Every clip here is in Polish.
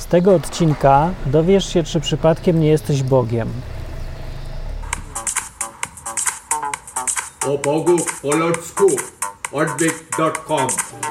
Z tego odcinka dowiesz się, czy przypadkiem nie jesteś Bogiem. O Bogu po ludzku odwyk.com.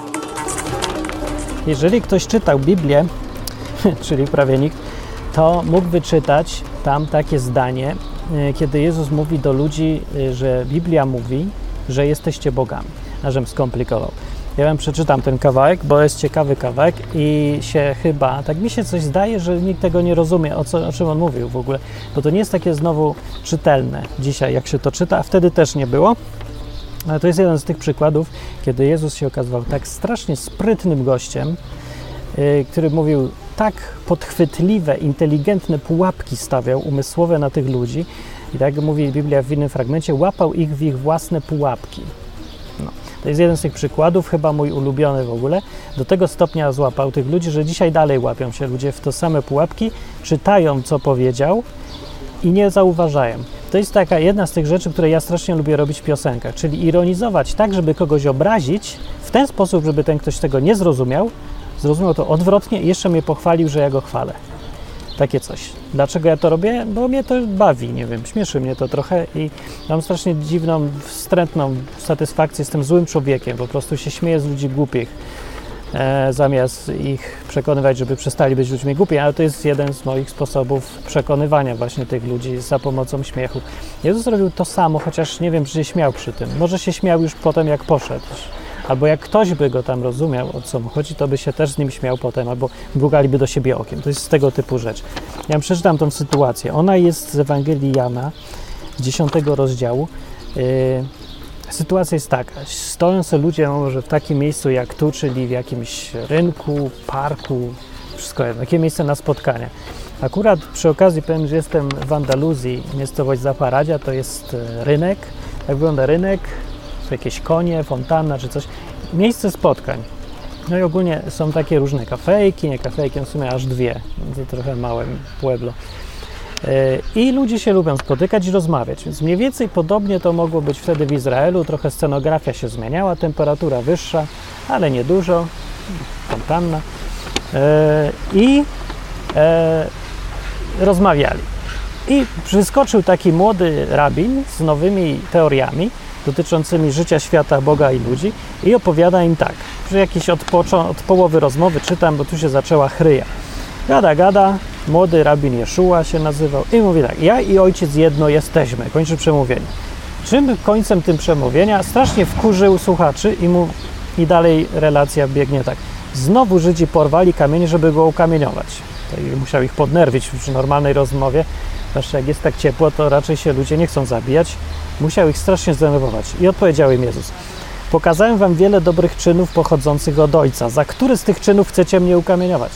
Jeżeli ktoś czytał Biblię, czyli prawie nikt, to mógł wyczytać tam takie zdanie, kiedy Jezus mówi do ludzi, że Biblia mówi, że jesteście bogami. A żem skomplikował. Ja wam przeczytam ten kawałek, bo jest ciekawy kawałek i się chyba, tak mi się coś zdaje, że nikt tego nie rozumie, o czym on mówił w ogóle, bo to nie jest takie znowu czytelne dzisiaj, jak się to czyta, a wtedy też nie było. Ale to jest jeden z tych przykładów, kiedy Jezus się okazywał tak strasznie sprytnym gościem, który mówił tak podchwytliwe, inteligentne pułapki stawiał umysłowe na tych ludzi i tak mówi Biblia w innym fragmencie, łapał ich w ich własne pułapki. No, to jest jeden z tych przykładów, chyba mój ulubiony w ogóle. Do tego stopnia złapał tych ludzi, że dzisiaj dalej łapią się ludzie w te same pułapki, czytają, co powiedział i nie zauważają. To jest taka jedna z tych rzeczy, które ja strasznie lubię robić w piosenkach, czyli ironizować tak, żeby kogoś obrazić, w ten sposób, żeby ten ktoś tego nie zrozumiał to odwrotnie i jeszcze mnie pochwalił, że ja go chwalę. Takie coś. Dlaczego ja to robię? Bo mnie to bawi, nie wiem, śmieszy mnie to trochę i mam strasznie dziwną, wstrętną satysfakcję, jestem złym człowiekiem, po prostu się śmieję z ludzi głupich, zamiast ich przekonywać, żeby przestali być ludźmi głupi, ale to jest jeden z moich sposobów przekonywania właśnie tych ludzi za pomocą śmiechu. Jezus robił to samo, chociaż nie wiem, czy się śmiał przy tym. Może się śmiał już potem, jak poszedł. Albo jak ktoś by go tam rozumiał, o co mu chodzi, to by się też z nim śmiał potem, albo mrugaliby do siebie okiem. To jest z tego typu rzecz. Ja przeczytam tą sytuację. Ona jest z Ewangelii Jana, z 10 rozdziału. Sytuacja jest taka. Stoją sobie ludzie może w takim miejscu jak tu, czyli w jakimś rynku, parku, wszystko jedno, takie miejsce na spotkania. Akurat przy okazji powiem, że jestem w Andaluzji, miejscowość Zaparadzia, to jest rynek. Jak wygląda rynek? Są jakieś konie, fontanna czy coś. Miejsce spotkań. No i ogólnie są takie różne kafejki, nie kafejki, w sumie aż dwie. To trochę małe pueblo. I ludzie się lubią spotykać i rozmawiać, więc mniej więcej podobnie to mogło być wtedy w Izraelu. Trochę scenografia się zmieniała, temperatura wyższa, ale nie dużo. Fontanna. Rozmawiali. I przyskoczył taki młody rabin z nowymi teoriami dotyczącymi życia, świata, Boga i ludzi i opowiada im tak, że jakiś od połowy rozmowy czytam, bo tu się zaczęła chryja. Gada, młody rabin Jeszua się nazywał i mówi tak, ja i ojciec jedno jesteśmy, kończy przemówienie. Czym końcem tym przemówienia strasznie wkurzył słuchaczy i dalej relacja biegnie tak. Znowu Żydzi porwali kamienie, żeby go ukamieniować. To i musiał ich podnerwić przy normalnej rozmowie. Zwłaszcza jak jest tak ciepło, to raczej się ludzie nie chcą zabijać. Musiał ich strasznie zdenerwować. I odpowiedział im Jezus. Pokazałem wam wiele dobrych czynów pochodzących od Ojca. Za który z tych czynów chcecie mnie ukamieniować?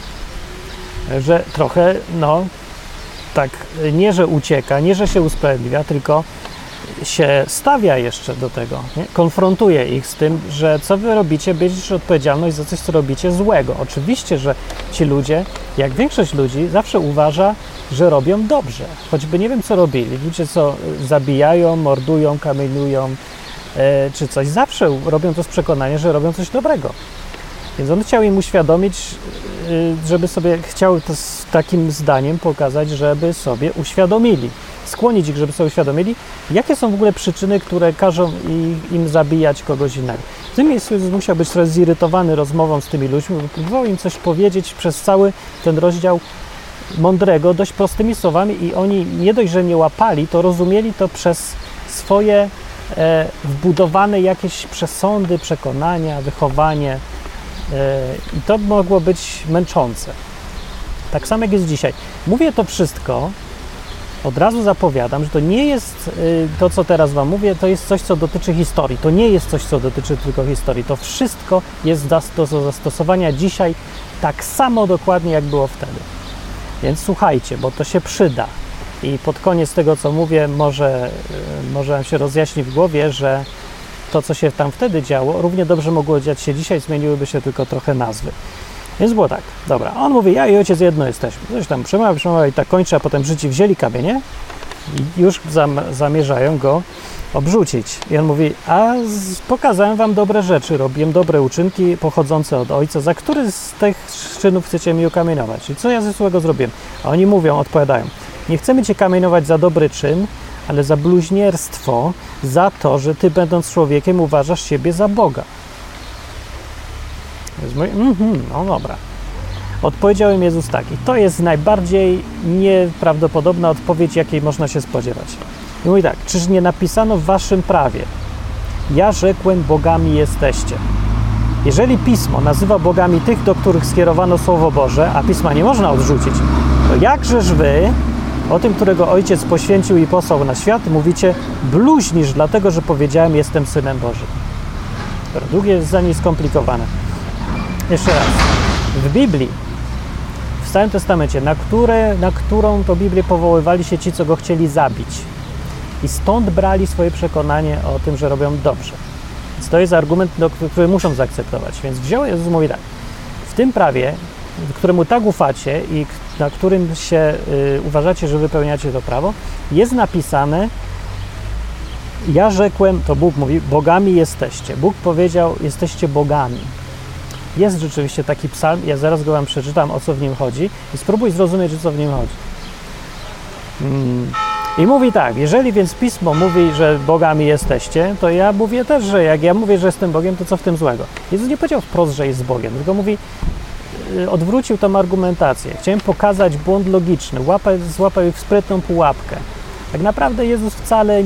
Że trochę, tak, nie że ucieka, nie że się usprawiedliwia, tylko się stawia jeszcze do tego, nie? Konfrontuje ich z tym, że co wy robicie, bierzecie odpowiedzialność za coś, co robicie złego. Oczywiście, że ci ludzie, jak większość ludzi, zawsze uważa, że robią dobrze. Choćby nie wiem, co robili. Ludzie, co zabijają, mordują, kamieniują, czy coś, zawsze robią to z przekonania, że robią coś dobrego. Więc on chciał im uświadomić, chciał to z takim zdaniem pokazać, żeby sobie uświadomili, skłonić ich, żeby sobie uświadomili, jakie są w ogóle przyczyny, które każą im zabijać kogoś innego. W tym miejscu Jezus musiał być trochę zirytowany rozmową z tymi ludźmi, bo próbował im coś powiedzieć przez cały ten rozdział mądrego, dość prostymi słowami i oni nie dość, że nie łapali, to rozumieli to przez swoje wbudowane jakieś przesądy, przekonania, wychowanie. I to mogło być męczące. Tak samo jak jest dzisiaj. Mówię to wszystko, od razu zapowiadam, że to nie jest to, co teraz wam mówię, to jest coś, co dotyczy historii. To nie jest coś, co dotyczy tylko historii. To wszystko jest do zastosowania dzisiaj tak samo dokładnie, jak było wtedy. Więc słuchajcie, bo to się przyda. I pod koniec tego, co mówię, może wam się rozjaśni w głowie, że to, co się tam wtedy działo, równie dobrze mogło dziać się dzisiaj, zmieniłyby się tylko trochę nazwy. Więc było tak, dobra, on mówi, ja i ojciec jedno jesteśmy. Coś tam przemawia i tak kończy, a potem Żydzi wzięli kamienie i już zamierzają go obrzucić. I on mówi, pokazałem wam dobre rzeczy, robiłem dobre uczynki pochodzące od Ojca, za który z tych czynów chcecie mi ukamienować? I co ja ze złego zrobiłem? A oni mówią, odpowiadają, nie chcemy cię kamienować za dobry czyn, ale za bluźnierstwo, za to, że ty będąc człowiekiem uważasz siebie za Boga. No dobra. Odpowiedział im Jezus tak. I to jest najbardziej nieprawdopodobna odpowiedź, jakiej można się spodziewać. I mówi tak, czyż nie napisano w waszym prawie? Ja rzekłem, bogami jesteście. Jeżeli Pismo nazywa bogami tych, do których skierowano Słowo Boże, a Pisma nie można odrzucić, to jakżeż wy, o tym, którego Ojciec poświęcił i posłał na świat, mówicie, bluźnisz, dlatego, że powiedziałem, jestem Synem Bożym. Długie zdanie skomplikowane. Jeszcze raz. W Biblii, w Starym Testamencie, na którą to Biblię powoływali się ci, co go chcieli zabić. I stąd brali swoje przekonanie o tym, że robią dobrze. Więc to jest argument, który muszą zaakceptować. Więc wziął Jezus, mówi tak, w tym prawie, któremu tak ufacie i na którym się uważacie, że wypełniacie to prawo, jest napisane, ja rzekłem, to Bóg mówi, bogami jesteście. Bóg powiedział, jesteście bogami. Jest rzeczywiście taki psalm, ja zaraz go wam przeczytam, o co w nim chodzi i spróbuj zrozumieć, o co w nim chodzi. I mówi tak, jeżeli więc Pismo mówi, że bogami jesteście, to ja mówię też, że jak ja mówię, że jestem Bogiem, to co w tym złego? Jezus nie powiedział wprost, że jest Bogiem, tylko mówi, odwrócił tą argumentację. Chciałem pokazać błąd logiczny, złapał ich w sprytną pułapkę. Tak naprawdę Jezus wcale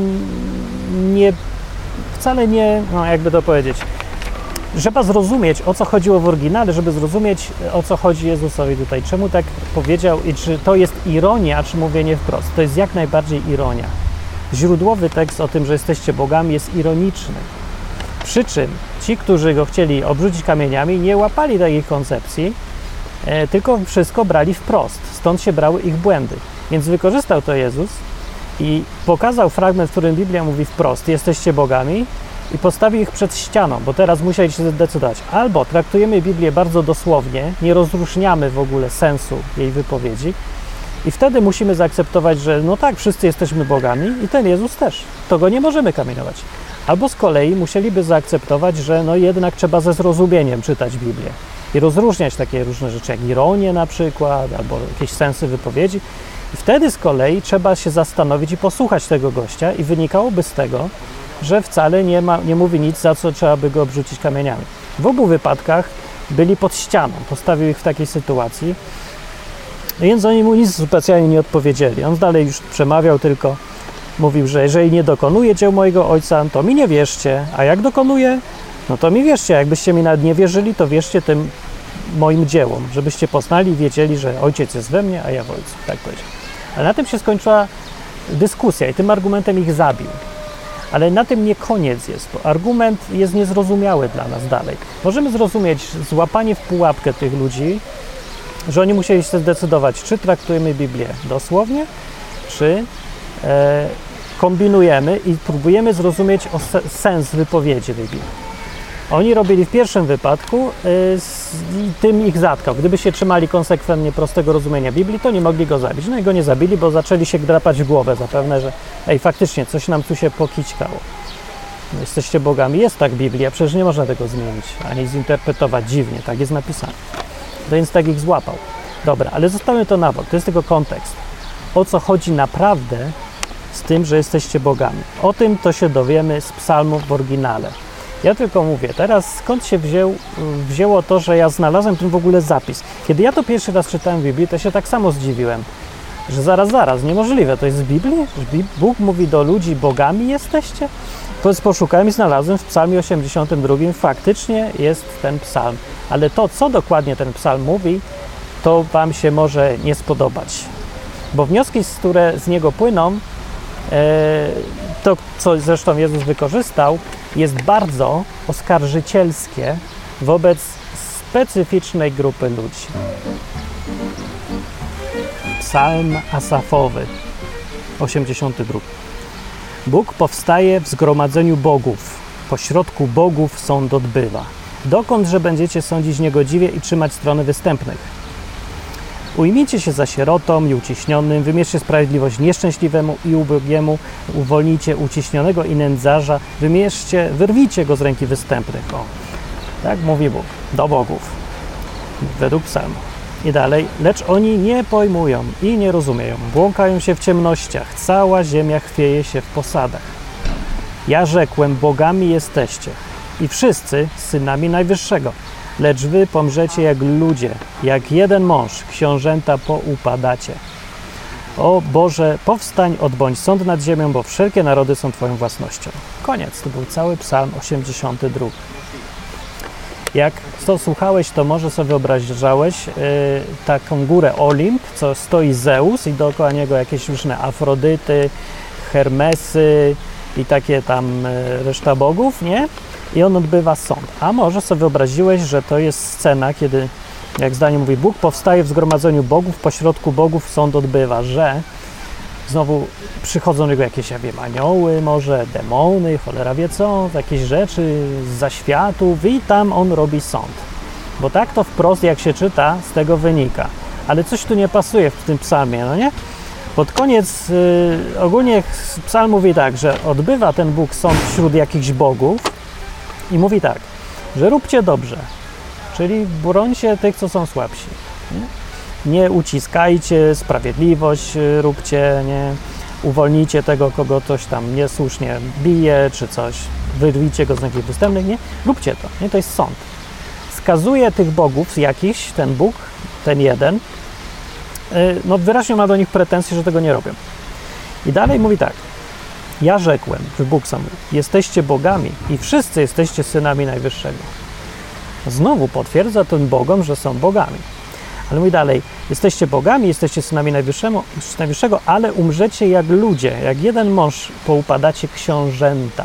nie, no jakby to powiedzieć, trzeba zrozumieć, o co chodziło w oryginale, żeby zrozumieć, o co chodzi Jezusowi tutaj. Czemu tak powiedział i czy to jest ironia, czy mówienie wprost. To jest jak najbardziej ironia. Źródłowy tekst o tym, że jesteście bogami, jest ironiczny. Przy czym ci, którzy go chcieli obrzucić kamieniami, nie łapali takich koncepcji, tylko wszystko brali wprost. Stąd się brały ich błędy. Więc wykorzystał to Jezus i pokazał fragment, w którym Biblia mówi wprost, jesteście bogami, i postawił ich przed ścianą, bo teraz musieli się zdecydować. Albo traktujemy Biblię bardzo dosłownie, nie rozróżniamy w ogóle sensu jej wypowiedzi i wtedy musimy zaakceptować, że no tak, wszyscy jesteśmy bogami i ten Jezus też. To go nie możemy kamienować. Albo z kolei musieliby zaakceptować, że no jednak trzeba ze zrozumieniem czytać Biblię i rozróżniać takie różne rzeczy, jak ironię na przykład, albo jakieś sensy wypowiedzi. I wtedy z kolei trzeba się zastanowić i posłuchać tego gościa i wynikałoby z tego, że wcale nie mówi nic, za co trzeba by go obrzucić kamieniami. W obu wypadkach byli pod ścianą, postawił ich w takiej sytuacji, więc oni mu nic specjalnie nie odpowiedzieli. On dalej już przemawiał, tylko mówił, że jeżeli nie dokonuje dzieł mojego Ojca, to mi nie wierzcie, a jak dokonuje, no to mi wierzcie. Jakbyście mi nawet nie wierzyli, to wierzcie tym moim dziełom, żebyście poznali i wiedzieli, że Ojciec jest we mnie, a ja w Ojcu. Tak powiedział. Ale na tym się skończyła dyskusja i tym argumentem ich zabił. Ale na tym nie koniec jest, bo argument jest niezrozumiały dla nas dalej. Możemy zrozumieć złapanie w pułapkę tych ludzi, że oni musieli się zdecydować, czy traktujemy Biblię dosłownie, czy kombinujemy i próbujemy zrozumieć sens wypowiedzi tej Biblii. Oni robili w pierwszym wypadku, tym ich zatkał. Gdyby się trzymali konsekwentnie prostego rozumienia Biblii, to nie mogli go zabić. No i go nie zabili, bo zaczęli się drapać w głowę zapewne, że faktycznie coś nam tu się pokićkało. No, jesteście bogami, jest tak Biblia, przecież nie można tego zmienić, ani zinterpretować dziwnie, tak jest napisane. No więc tak ich złapał. Dobra, ale zostawmy to na bok, to jest tylko kontekst. O co chodzi naprawdę z tym, że jesteście bogami? O tym to się dowiemy z psalmu w oryginale. Ja tylko mówię, teraz skąd się wzięło to, że ja znalazłem ten w ogóle zapis. Kiedy ja to pierwszy raz czytałem w Biblii, to się tak samo zdziwiłem, że zaraz, niemożliwe, to jest z Biblii? Bóg mówi do ludzi, bogami jesteście? To poszukałem i znalazłem w psalmie 82, faktycznie jest ten psalm. Ale to, co dokładnie ten psalm mówi, to wam się może nie spodobać. Bo wnioski, które z niego płyną, to, co zresztą Jezus wykorzystał, jest bardzo oskarżycielskie wobec specyficznej grupy ludzi. Psalm Asafowy, 82. Bóg powstaje w zgromadzeniu bogów. Pośrodku bogów sąd odbywa. Dokądże będziecie sądzić niegodziwie i trzymać strony występnych? Ujmijcie się za sierotą i uciśnionym, wymierzcie sprawiedliwość nieszczęśliwemu i ubogiemu, uwolnijcie uciśnionego i nędzarza, wyrwijcie go z ręki występnych. O, tak mówi Bóg, do bogów, według psalmu. I dalej, lecz oni nie pojmują i nie rozumieją, błąkają się w ciemnościach, cała ziemia chwieje się w posadach. Ja rzekłem, bogami jesteście i wszyscy synami Najwyższego, lecz wy pomrzecie jak ludzie, jak jeden mąż, książęta poupadacie. O Boże, powstań, odbądź sąd nad ziemią, bo wszelkie narody są Twoją własnością. Koniec, to był cały psalm 82. Jak to słuchałeś, to może sobie wyobrażałeś taką górę Olimp, co stoi Zeus i dookoła niego jakieś różne Afrodyty, Hermesy i takie tam reszta bogów, nie? I on odbywa sąd. A może sobie wyobraziłeś, że to jest scena, kiedy, jak zdanie mówi, Bóg powstaje w zgromadzeniu bogów, pośrodku bogów sąd odbywa, że znowu przychodzą do niego jakieś, ja wiem, anioły, może demony, cholera wie co, jakieś rzeczy z zaświatów i tam on robi sąd. Bo tak to wprost, jak się czyta, z tego wynika. Ale coś tu nie pasuje w tym psalmie, no nie? Pod koniec ogólnie psalm mówi tak, że odbywa ten Bóg sąd wśród jakichś bogów i mówi tak, że róbcie dobrze, czyli brońcie tych, co są słabsi. Nie uciskajcie, sprawiedliwość róbcie, nie uwolnijcie tego, kogo ktoś tam niesłusznie bije, czy coś, wyrwijcie go z ręki występnych, nie? Róbcie to, nie? To jest sąd. Skazuje tych bogów jakiś, ten Bóg, ten jeden, no wyraźnie ma do nich pretensje, że tego nie robią. I dalej mówi tak, ja rzekłem, że Bóg sam mówi, jesteście bogami i wszyscy jesteście synami Najwyższego. Znowu potwierdza tym bogom, że są bogami. Ale mówi dalej, jesteście bogami, jesteście synami Najwyższego, ale umrzecie jak ludzie, jak jeden mąż poupadacie książęta.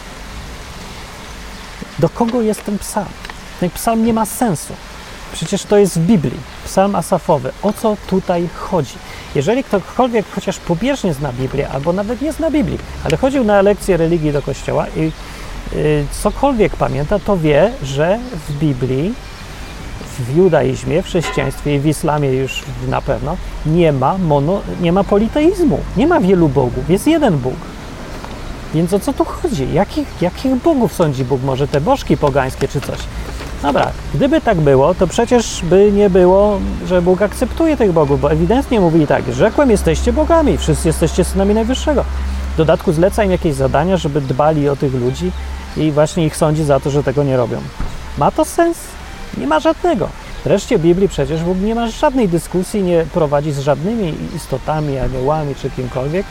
Do kogo jest ten psalm? Ten psalm nie ma sensu. Przecież to jest w Biblii, psalm asafowy. O co tutaj chodzi? Jeżeli ktokolwiek chociaż pobieżnie zna Biblię, albo nawet nie zna Biblii, ale chodził na lekcje religii do kościoła i cokolwiek pamięta, to wie, że w Biblii, w judaizmie, w chrześcijaństwie i w islamie już na pewno nie ma politeizmu, nie ma wielu bogów, jest jeden Bóg. Więc o co tu chodzi? Jakich bogów sądzi Bóg? Może te bożki pogańskie czy coś? Dobra, gdyby tak było, to przecież by nie było, że Bóg akceptuje tych bogów, bo ewidentnie mówi tak, rzekłem, jesteście bogami, wszyscy jesteście synami Najwyższego. W dodatku zleca im jakieś zadania, żeby dbali o tych ludzi i właśnie ich sądzi za to, że tego nie robią. Ma to sens? Nie ma żadnego. Wreszcie w Biblii przecież Bóg nie ma żadnej dyskusji, nie prowadzi z żadnymi istotami, aniołami czy kimkolwiek,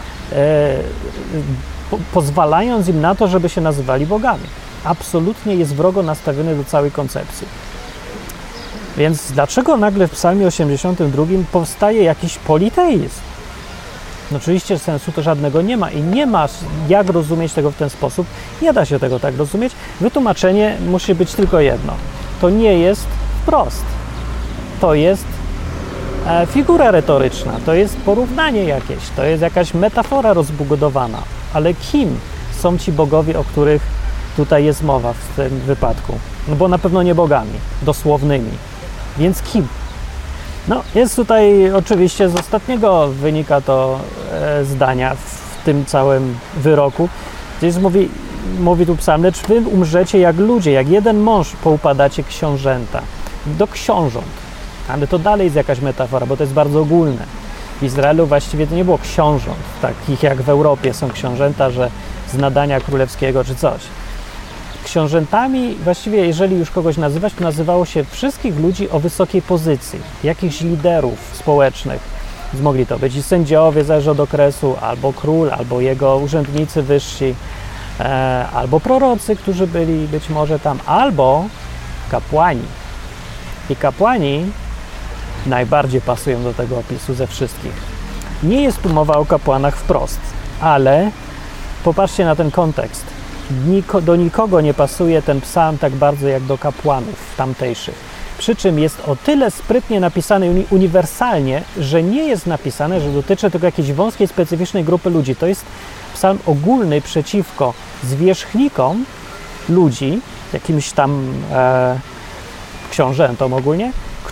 pozwalając im na to, żeby się nazywali bogami. Absolutnie jest wrogo nastawiony do całej koncepcji. Więc dlaczego nagle w psalmie 82 powstaje jakiś politeizm? No oczywiście sensu to żadnego nie ma i nie ma jak rozumieć tego w ten sposób. Nie da się tego tak rozumieć. Wytłumaczenie musi być tylko jedno. To nie jest wprost. To jest figura retoryczna, to jest porównanie jakieś, to jest jakaś metafora rozbudowana. Ale kim są ci bogowie, o których tutaj jest mowa w tym wypadku? No bo na pewno nie bogami, dosłownymi. Więc kim? No, jest tutaj oczywiście z ostatniego wynika to zdania w tym całym wyroku. Gdzieś mówi tu psalm, lecz wy umrzecie jak ludzie, jak jeden mąż poupadacie książęta. Do książąt. Ale to dalej jest jakaś metafora, bo to jest bardzo ogólne. W Izraelu właściwie to nie było książąt, takich jak w Europie są książęta, że z nadania królewskiego czy coś. Książętami właściwie, jeżeli już kogoś nazywać, to nazywało się wszystkich ludzi o wysokiej pozycji, jakichś liderów społecznych. Mogli to być i sędziowie, zależy od okresu, albo król, albo jego urzędnicy wyżsi, albo prorocy, którzy byli być może tam, albo kapłani. I kapłani najbardziej pasują do tego opisu ze wszystkich. Nie jest tu mowa o kapłanach wprost, ale popatrzcie na ten kontekst. Do nikogo nie pasuje ten psalm tak bardzo jak do kapłanów tamtejszych. Przy czym jest o tyle sprytnie napisany uniwersalnie, że nie jest napisane, że dotyczy tylko jakiejś wąskiej, specyficznej grupy ludzi. To jest psalm ogólny przeciwko zwierzchnikom ludzi, jakimś tam książętom ogólnie,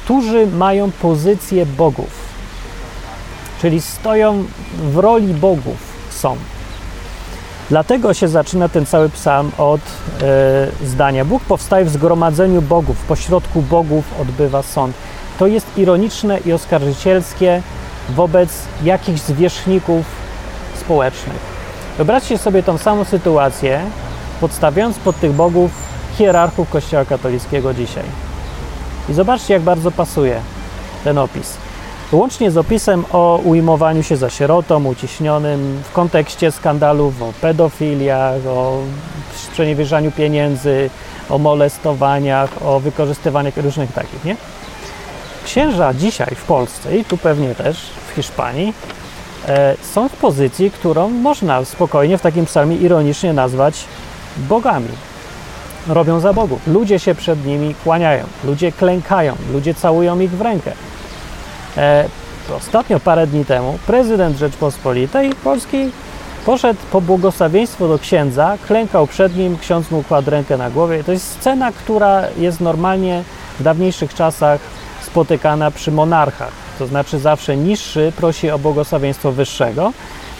którzy mają pozycję bogów, czyli stoją w roli bogów, są. Dlatego się zaczyna ten cały psalm od zdania: Bóg powstaje w zgromadzeniu bogów, pośrodku bogów odbywa sąd. To jest ironiczne i oskarżycielskie wobec jakichś zwierzchników społecznych. Wyobraźcie sobie tą samą sytuację, podstawiając pod tych bogów hierarchów Kościoła katolickiego dzisiaj. I zobaczcie, jak bardzo pasuje ten opis. Łącznie z opisem o ujmowaniu się za sierotą, uciśnionym, w kontekście skandalów o pedofiliach, o sprzeniewierzaniu pieniędzy, o molestowaniach, o wykorzystywaniach różnych takich, nie? Księża dzisiaj w Polsce i tu pewnie też w Hiszpanii są w pozycji, którą można spokojnie w takim psalmie ironicznie nazwać bogami. Robią za bogów. Ludzie się przed nimi kłaniają, ludzie klękają, ludzie całują ich w rękę. Ostatnio, parę dni temu, prezydent Rzeczpospolitej Polskiej poszedł po błogosławieństwo do księdza, klękał przed nim, ksiądz mu kładł rękę na głowie. To jest scena, która jest normalnie w dawniejszych czasach spotykana przy monarchach. To znaczy zawsze niższy prosi o błogosławieństwo wyższego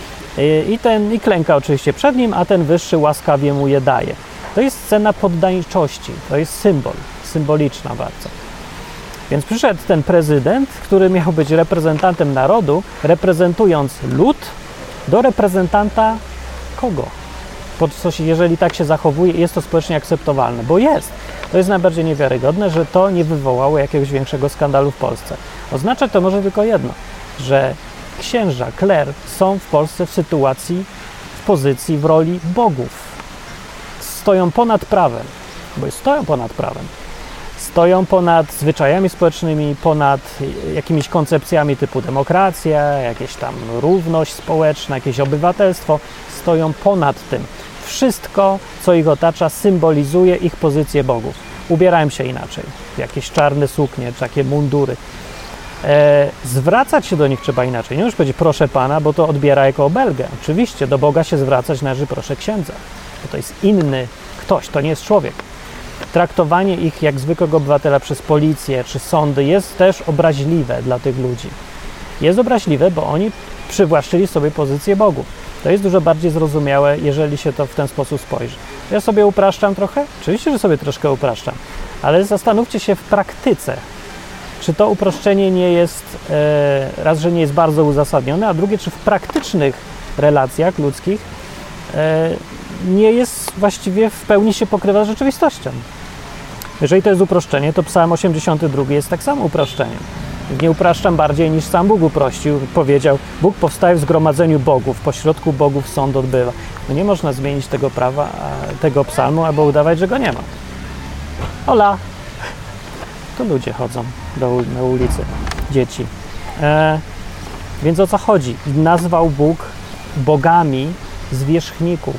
i klęka oczywiście przed nim, a ten wyższy łaskawie mu je daje. To jest scena poddańczości, to jest symbol, symboliczna bardzo. Więc przyszedł ten prezydent, który miał być reprezentantem narodu, reprezentując lud, do reprezentanta kogo? Jeżeli tak się zachowuje, jest to społecznie akceptowalne, bo jest. To jest najbardziej niewiarygodne, że to nie wywołało jakiegoś większego skandalu w Polsce. Oznacza to może tylko jedno, że księża, kler są w Polsce w pozycji, w roli bogów. Stoją ponad prawem, bo stoją ponad prawem. Stoją ponad zwyczajami społecznymi, ponad jakimiś koncepcjami typu demokracja, jakieś tam równość społeczna, jakieś obywatelstwo. Stoją ponad tym. Wszystko, co ich otacza, symbolizuje ich pozycję bogów. Ubierają się inaczej, jakieś czarne suknie, takie mundury. Zwracać się do nich trzeba inaczej. Nie możesz powiedzieć proszę Pana, bo to odbiera jako obelgę. Oczywiście, do Boga się zwracać należy proszę księdza, bo to jest inny ktoś, to nie jest człowiek. Traktowanie ich jak zwykłego obywatela przez policję czy sądy jest też obraźliwe dla tych ludzi. Jest obraźliwe, bo oni przywłaszczyli sobie pozycję bogów. To jest dużo bardziej zrozumiałe, jeżeli się to w ten sposób spojrzy. Ja sobie upraszczam trochę? Oczywiście, że sobie troszkę upraszczam, ale zastanówcie się w praktyce, czy to uproszczenie nie jest, raz, że nie jest bardzo uzasadnione, a drugie, czy w praktycznych relacjach ludzkich nie jest właściwie w pełni się pokrywa z rzeczywistością. Jeżeli to jest uproszczenie, to Psalm 82 jest tak samo uproszczeniem. Nie upraszczam bardziej niż sam Bóg uprościł. Powiedział, Bóg powstaje w zgromadzeniu bogów, pośrodku bogów sąd odbywa. No nie można zmienić tego prawa, tego psalmu, albo udawać, że go nie ma. Hola! To ludzie chodzą na ulicy, dzieci. Więc o co chodzi? Nazwał Bóg bogami zwierzchników.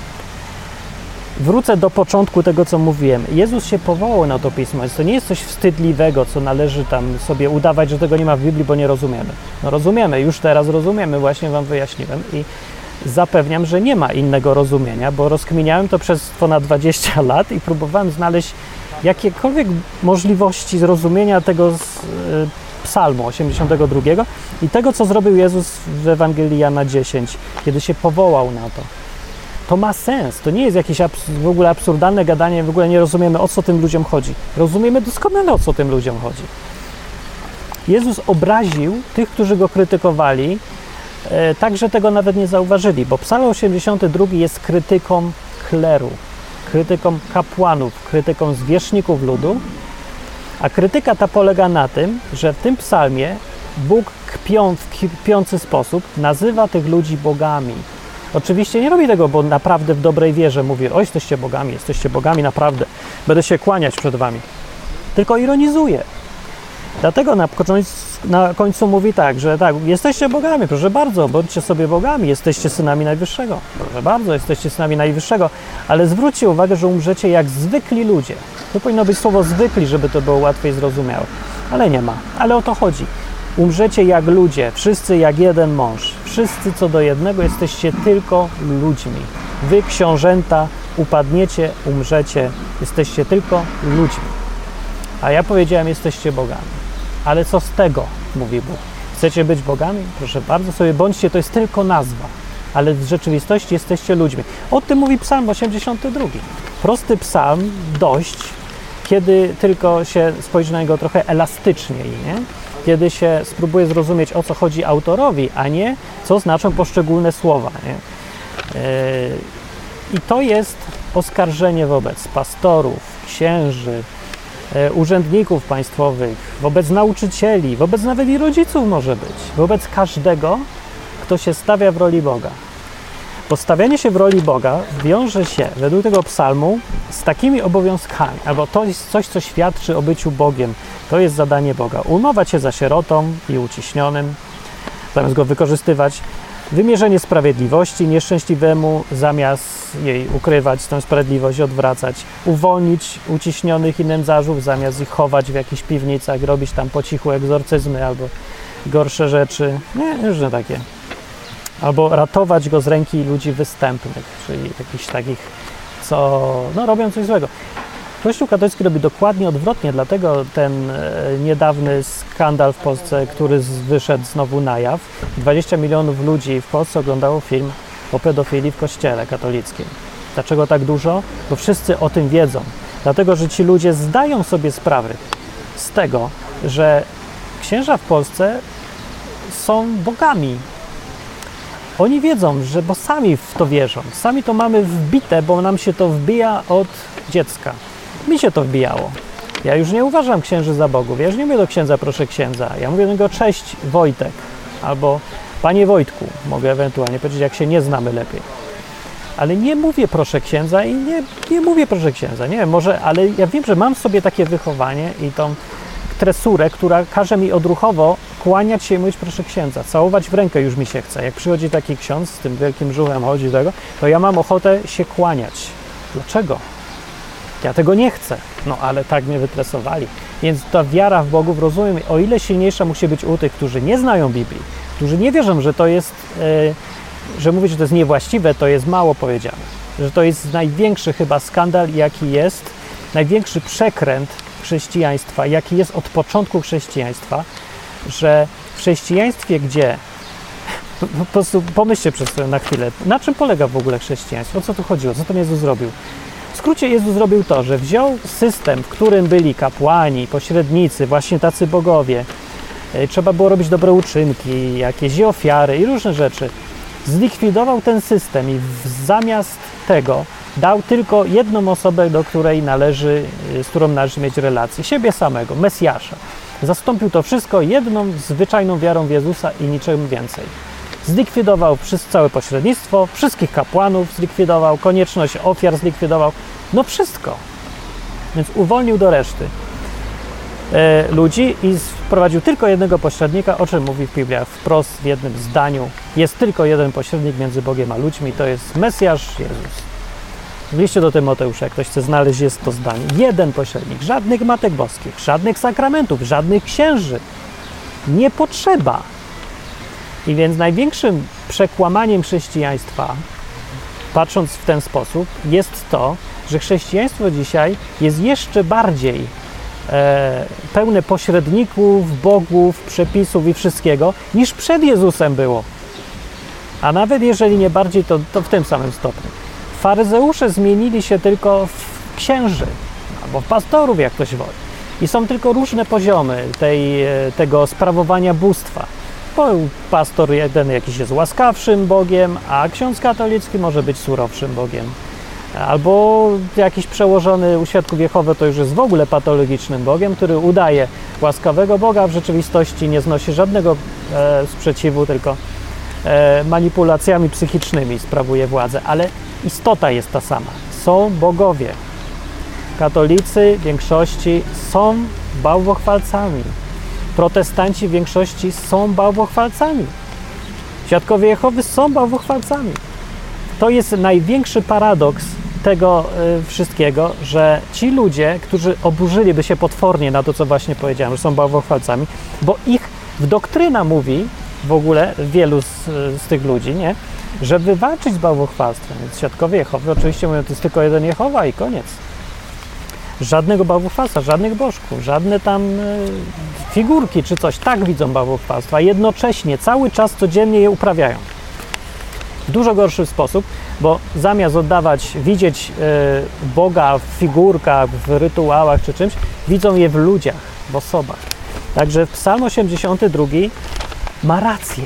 Wrócę do początku tego, co mówiłem. Jezus się powołał na to Pismo, więc to nie jest coś wstydliwego, co należy tam sobie udawać, że tego nie ma w Biblii, bo nie rozumiemy. No rozumiemy, już teraz rozumiemy, właśnie Wam wyjaśniłem i zapewniam, że nie ma innego rozumienia, bo rozkminiałem to przez ponad 20 lat i próbowałem znaleźć jakiekolwiek możliwości zrozumienia tego Psalmu 82 i tego, co zrobił Jezus w Ewangelii Jana 10, kiedy się powołał na to. To ma sens, to nie jest jakieś w ogóle absurdalne gadanie, w ogóle nie rozumiemy, o co tym ludziom chodzi. Rozumiemy doskonale, o co tym ludziom chodzi. Jezus obraził tych, którzy Go krytykowali, tak, że tego nawet nie zauważyli, bo Psalm 82 jest krytyką kleru, krytyką kapłanów, krytyką zwierzchników ludu, a krytyka ta polega na tym, że w tym psalmie Bóg w kpiący sposób nazywa tych ludzi bogami. Oczywiście nie robi tego, bo naprawdę w dobrej wierze mówi, o jesteście bogami naprawdę, będę się kłaniać przed wami. Tylko ironizuje. Dlatego na końcu mówi tak, że tak, jesteście bogami, proszę bardzo, bądźcie sobie bogami, jesteście synami Najwyższego. Proszę bardzo, jesteście synami Najwyższego, ale zwróćcie uwagę, że umrzecie jak zwykli ludzie. To powinno być słowo zwykli, żeby to było łatwiej zrozumiałe, ale nie ma. Ale o to chodzi. Umrzecie jak ludzie, wszyscy jak jeden mąż. Wszyscy co do jednego jesteście tylko ludźmi. Wy, książęta, upadniecie, umrzecie, jesteście tylko ludźmi. A ja powiedziałem, jesteście bogami. Ale co z tego, mówi Bóg. Chcecie być bogami? Proszę bardzo, sobie bądźcie, to jest tylko nazwa. Ale w rzeczywistości jesteście ludźmi. O tym mówi Psalm 82. Prosty psalm, dość, kiedy tylko się spojrzy na niego trochę elastyczniej, nie? Kiedy się spróbuje zrozumieć, o co chodzi autorowi, a nie co znaczą poszczególne słowa. Nie? I to jest oskarżenie wobec pastorów, księży, urzędników państwowych, wobec nauczycieli, wobec nawet i rodziców może być, wobec każdego, kto się stawia w roli Boga. Postawianie się w roli Boga wiąże się, według tego psalmu, z takimi obowiązkami, albo to jest coś, co świadczy o byciu Bogiem. To jest zadanie Boga. Umować się za sierotą i uciśnionym, zamiast go wykorzystywać. Wymierzenie sprawiedliwości nieszczęśliwemu, zamiast jej ukrywać, tę sprawiedliwość odwracać. Uwolnić uciśnionych i nędzarzów, zamiast ich chować w jakichś piwnicach, robić tam po cichu egzorcyzmy albo gorsze rzeczy. Nie, różne takie. Albo ratować go z ręki ludzi występnych, czyli jakichś takich, co robią coś złego. Kościół katolicki robi dokładnie odwrotnie, dlatego ten niedawny skandal w Polsce, który wyszedł znowu na jaw, 20 milionów ludzi w Polsce oglądało film o pedofilii w kościele katolickim. Dlaczego tak dużo? Bo wszyscy o tym wiedzą. Dlatego, że ci ludzie zdają sobie sprawy z tego, że księża w Polsce są bogami. Oni wiedzą, bo sami w to wierzą. Sami to mamy wbite, bo nam się to wbija od dziecka. Mi się to wbijało. Ja już nie uważam księży za bogów. Ja już nie mówię do księdza, proszę księdza. Ja mówię do niego, cześć Wojtek, albo panie Wojtku. Mogę ewentualnie powiedzieć, jak się nie znamy lepiej. Ale nie mówię proszę księdza i nie mówię proszę księdza. Nie wiem, może, ale ja wiem, że mam w sobie takie wychowanie i tą tresurę, która każe mi odruchowo kłaniać się i mówić proszę księdza, całować w rękę już mi się chce. Jak przychodzi taki ksiądz z tym wielkim brzuchem, chodzi tego, to ja mam ochotę się kłaniać. Dlaczego? Ja tego nie chcę, ale tak mnie wytresowali. Więc ta wiara w Bogów, rozumiem, o ile silniejsza musi być u tych, którzy nie znają Biblii, którzy nie wierzą, że to jest, że mówić, że to jest niewłaściwe, to jest mało powiedziane. Że to jest największy chyba skandal, jaki jest, największy przekręt chrześcijaństwa, jaki jest od początku chrześcijaństwa, że w chrześcijaństwie, gdzie po prostu pomyślcie przez to na chwilę, na czym polega w ogóle chrześcijaństwo, o co tu chodziło, co tam Jezus zrobił. W skrócie Jezus zrobił to, że wziął system, w którym byli kapłani, pośrednicy, właśnie tacy bogowie, trzeba było robić dobre uczynki, jakieś ofiary i różne rzeczy. Zlikwidował ten system i zamiast tego dał tylko jedną osobę, z którą należy mieć relację, siebie samego, Mesjasza. Zastąpił to wszystko jedną zwyczajną wiarą w Jezusa i niczym więcej. Zlikwidował całe pośrednictwo, wszystkich kapłanów zlikwidował, konieczność ofiar zlikwidował, wszystko. Więc uwolnił do reszty ludzi i wprowadził tylko jednego pośrednika, o czym mówi w Biblii wprost w jednym zdaniu. Jest tylko jeden pośrednik między Bogiem a ludźmi, to jest Mesjasz Jezus. W liście do Tymoteusza, jak ktoś chce znaleźć, jest to zdanie. Jeden pośrednik, żadnych matek boskich, żadnych sakramentów, żadnych księży. Nie potrzeba. I więc największym przekłamaniem chrześcijaństwa, patrząc w ten sposób, jest to, że chrześcijaństwo dzisiaj jest jeszcze bardziej pełne pośredników, bogów, przepisów i wszystkiego, niż przed Jezusem było. A nawet jeżeli nie bardziej, to w tym samym stopniu. Faryzeusze zmienili się tylko w księży, albo w pastorów, jak ktoś woli. I są tylko różne poziomy tego sprawowania bóstwa. Bo pastor jeden jakiś jest łaskawszym Bogiem, a ksiądz katolicki może być surowszym Bogiem. Albo jakiś przełożony u Świadków Jehowy to już jest w ogóle patologicznym Bogiem, który udaje łaskawego Boga, a w rzeczywistości nie znosi żadnego sprzeciwu, tylko manipulacjami psychicznymi sprawuje władzę. Ale istota jest ta sama. Są bogowie. Katolicy w większości są bałwochwalcami. Protestanci w większości są bałwochwalcami. Świadkowie Jehowy są bałwochwalcami. To jest największy paradoks tego wszystkiego, że ci ludzie, którzy oburzyliby się potwornie na to, co właśnie powiedziałem, że są bałwochwalcami, bo ich doktryna mówi, w ogóle wielu z tych ludzi, nie, żeby walczyć z bałwochwalstwem. Więc Świadkowie Jehowy oczywiście mówią, to jest tylko jeden Jehowa i koniec. Żadnego bałwochwalstwa, żadnych bożków, żadne tam figurki czy coś. Tak widzą bałwochwalstwa, a jednocześnie cały czas codziennie je uprawiają. W dużo gorszy sposób, bo zamiast widzieć Boga w figurkach, w rytuałach czy czymś, widzą je w ludziach, w osobach. Także Psalm 82 ma rację.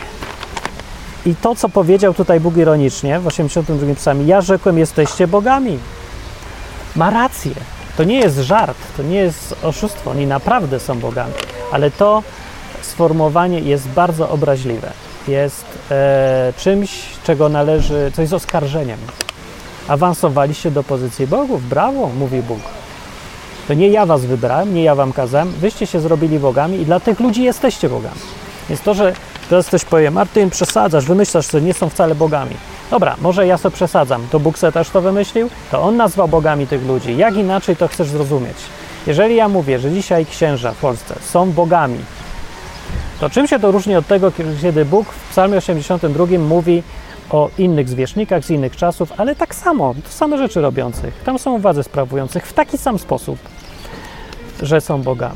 I to, co powiedział tutaj Bóg ironicznie w 82 psalmie, ja rzekłem, jesteście bogami. Ma rację. To nie jest żart, to nie jest oszustwo, oni naprawdę są bogami. Ale to sformułowanie jest bardzo obraźliwe. Jest czymś, co jest oskarżeniem. Awansowaliście do pozycji bogów, brawo, mówi Bóg. To nie ja was wybrałem, nie ja wam kazałem, wyście się zrobili bogami i dla tych ludzi jesteście bogami. Więc to, że teraz ktoś powie, Martyn, przesadzasz, wymyślasz, że nie są wcale bogami. Dobra, może ja sobie przesadzam, to Bóg sobie też to wymyślił, to On nazwał bogami tych ludzi. Jak inaczej to chcesz zrozumieć? Jeżeli ja mówię, że dzisiaj księża w Polsce są bogami, to czym się to różni od tego, kiedy Bóg w Psalmie 82 mówi o innych zwierzchnikach z innych czasów, ale tak samo, to same rzeczy robiących, tam są władzę sprawujących w taki sam sposób, że są bogami.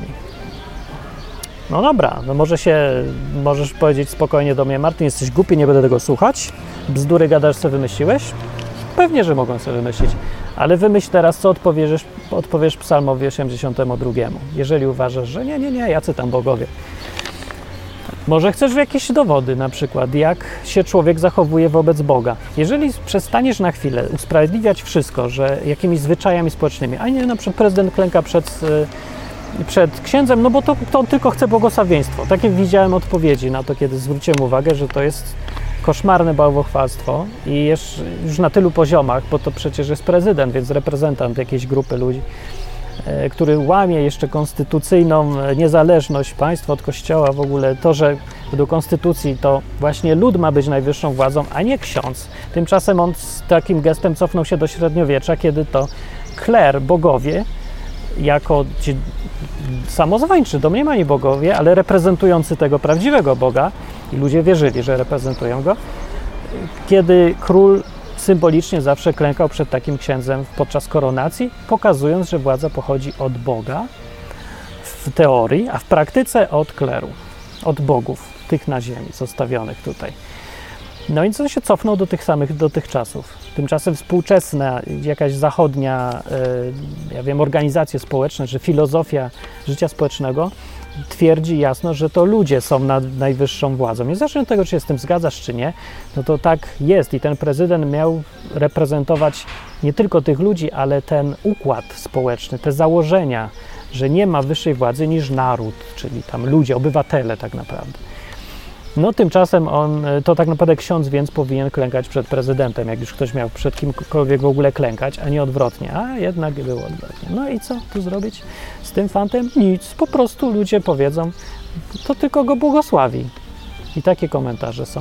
No dobra, no możesz powiedzieć spokojnie do mnie, Martyn, jesteś głupi, nie będę tego słuchać, bzdury gadasz, co wymyśliłeś? Pewnie, że mogą sobie wymyślić, ale wymyśl teraz, co odpowiesz Psalmowi 82, jeżeli uważasz, że nie, jacy tam bogowie. Może chcesz jakieś dowody, na przykład, jak się człowiek zachowuje wobec Boga. Jeżeli przestaniesz na chwilę usprawiedliwiać wszystko, że jakimiś zwyczajami społecznymi, a nie na przykład prezydent klęka przed księdzem, no bo to on tylko chce błogosławieństwo. Takie widziałem odpowiedzi na to, kiedy zwróciłem uwagę, że to jest koszmarne bałwochwalstwo i już na tylu poziomach, bo to przecież jest prezydent, więc reprezentant jakiejś grupy ludzi, który łamie jeszcze konstytucyjną niezależność państwa od Kościoła, w ogóle to, że według konstytucji to właśnie lud ma być najwyższą władzą, a nie ksiądz. Tymczasem on z takim gestem cofnął się do średniowiecza, kiedy to kler, bogowie, jako ci samozwańczy, domniemani bogowie, ale reprezentujący tego prawdziwego Boga i ludzie wierzyli, że reprezentują go, kiedy król symbolicznie zawsze klękał przed takim księdzem podczas koronacji, pokazując, że władza pochodzi od Boga w teorii, a w praktyce od kleru, od bogów, tych na ziemi, zostawionych tutaj. No i co się cofnął do tych samych dotychczasów. Tymczasem współczesna, jakaś zachodnia, organizacje społeczne, czy filozofia życia społecznego twierdzi jasno, że to ludzie są nad najwyższą władzą. Niezależnie od tego, czy się z tym zgadzasz, czy nie, no to tak jest i ten prezydent miał reprezentować nie tylko tych ludzi, ale ten układ społeczny, te założenia, że nie ma wyższej władzy niż naród, czyli tam ludzie, obywatele tak naprawdę. No tymczasem to tak naprawdę ksiądz więc powinien klękać przed prezydentem, jak już ktoś miał przed kimkolwiek w ogóle klękać, a nie odwrotnie, a jednak było odwrotnie. No i co tu zrobić z tym fantem? Nic, po prostu ludzie powiedzą, to tylko go błogosławi. I takie komentarze są.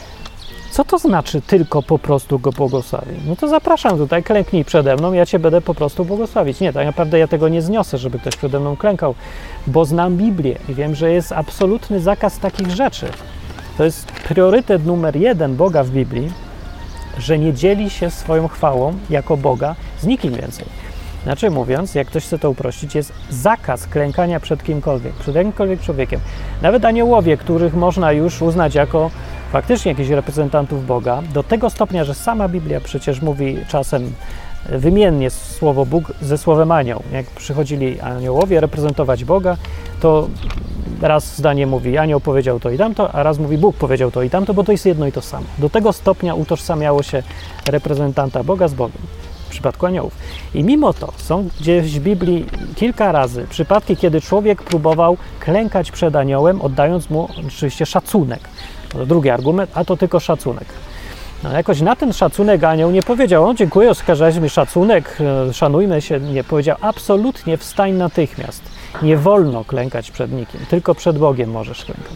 Co to znaczy tylko po prostu go błogosławi? No to zapraszam tutaj, klęknij przede mną, ja cię będę po prostu błogosławić. Nie, tak naprawdę ja tego nie zniosę, żeby ktoś przede mną klękał, bo znam Biblię i wiem, że jest absolutny zakaz takich rzeczy. To jest priorytet numer 1 Boga w Biblii, że nie dzieli się swoją chwałą jako Boga z nikim więcej. Inaczej mówiąc, jak ktoś chce to uprościć, jest zakaz klękania przed kimkolwiek, przed jakimkolwiek człowiekiem. Nawet aniołowie, których można już uznać jako faktycznie jakichś reprezentantów Boga, do tego stopnia, że sama Biblia przecież mówi czasem wymiennie słowo Bóg ze słowem anioł. Jak przychodzili aniołowie reprezentować Boga, to raz zdanie mówi anioł powiedział to i tamto, a raz mówi Bóg powiedział to i tamto, bo to jest jedno i to samo. Do tego stopnia utożsamiało się reprezentanta Boga z Bogiem w przypadku aniołów. I mimo to są gdzieś w Biblii kilka razy przypadki, kiedy człowiek próbował klękać przed aniołem, oddając mu oczywiście szacunek. To drugi argument, a to tylko szacunek. No jakoś na ten szacunek anioł nie powiedział, dziękuję, oskarżałeś mi szacunek, szanujmy się, nie powiedział, absolutnie wstań natychmiast. Nie wolno klękać przed nikim, tylko przed Bogiem możesz klękać.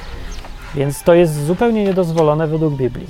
Więc to jest zupełnie niedozwolone według Biblii.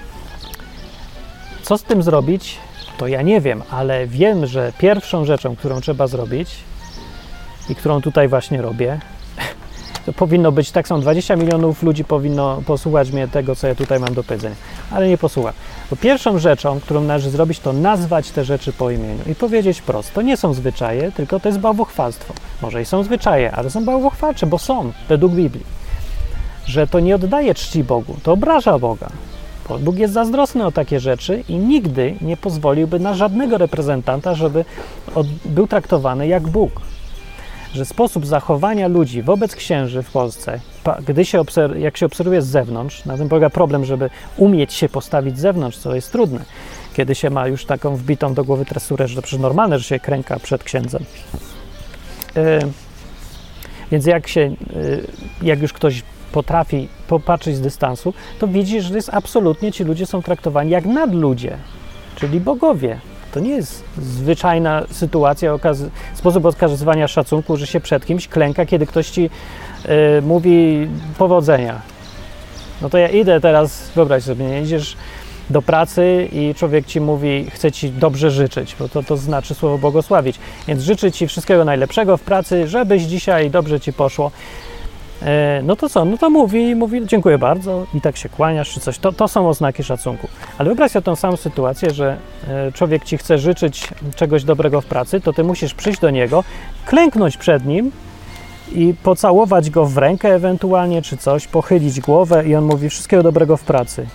Co z tym zrobić, to ja nie wiem, ale wiem, że pierwszą rzeczą, którą trzeba zrobić i którą tutaj właśnie robię, To powinno być, tak są 20 milionów ludzi powinno posłuchać mnie tego, co ja tutaj mam do powiedzenia, ale nie posłucha. Bo pierwszą rzeczą, którą należy zrobić, to nazwać te rzeczy po imieniu i powiedzieć prosto. To nie są zwyczaje, tylko to jest bałwochwalstwo. Może i są zwyczaje, ale są bałwochwalcze, bo są, według Biblii. Że to nie oddaje czci Bogu, to obraża Boga. Bo Bóg jest zazdrosny o takie rzeczy i nigdy nie pozwoliłby na żadnego reprezentanta, żeby był traktowany jak Bóg. Że sposób zachowania ludzi wobec księży w Polsce, jak się obserwuje z zewnątrz, na tym polega problem, żeby umieć się postawić z zewnątrz, co jest trudne, kiedy się ma już taką wbitą do głowy tresurę, że to przecież normalne, że się kręka przed księdzem. Więc jak już ktoś potrafi popatrzeć z dystansu, to widzi, że jest absolutnie, ci ludzie są traktowani jak nadludzie, czyli bogowie. To nie jest zwyczajna sytuacja, sposób okazywania szacunku, że się przed kimś klęka, kiedy ktoś ci mówi powodzenia. No to ja idę teraz, wyobraź sobie, nie idziesz do pracy i człowiek ci mówi, chce ci dobrze życzyć, bo to znaczy słowo błogosławić. Więc życzę ci wszystkiego najlepszego w pracy, żebyś dzisiaj dobrze ci poszło. No to co? No to mówi, dziękuję bardzo i tak się kłaniasz czy coś. To są oznaki szacunku. Ale wyobraź sobie tą samą sytuację, że człowiek ci chce życzyć czegoś dobrego w pracy, to ty musisz przyjść do niego, klęknąć przed nim i pocałować go w rękę ewentualnie czy coś, pochylić głowę i on mówi wszystkiego dobrego w pracy.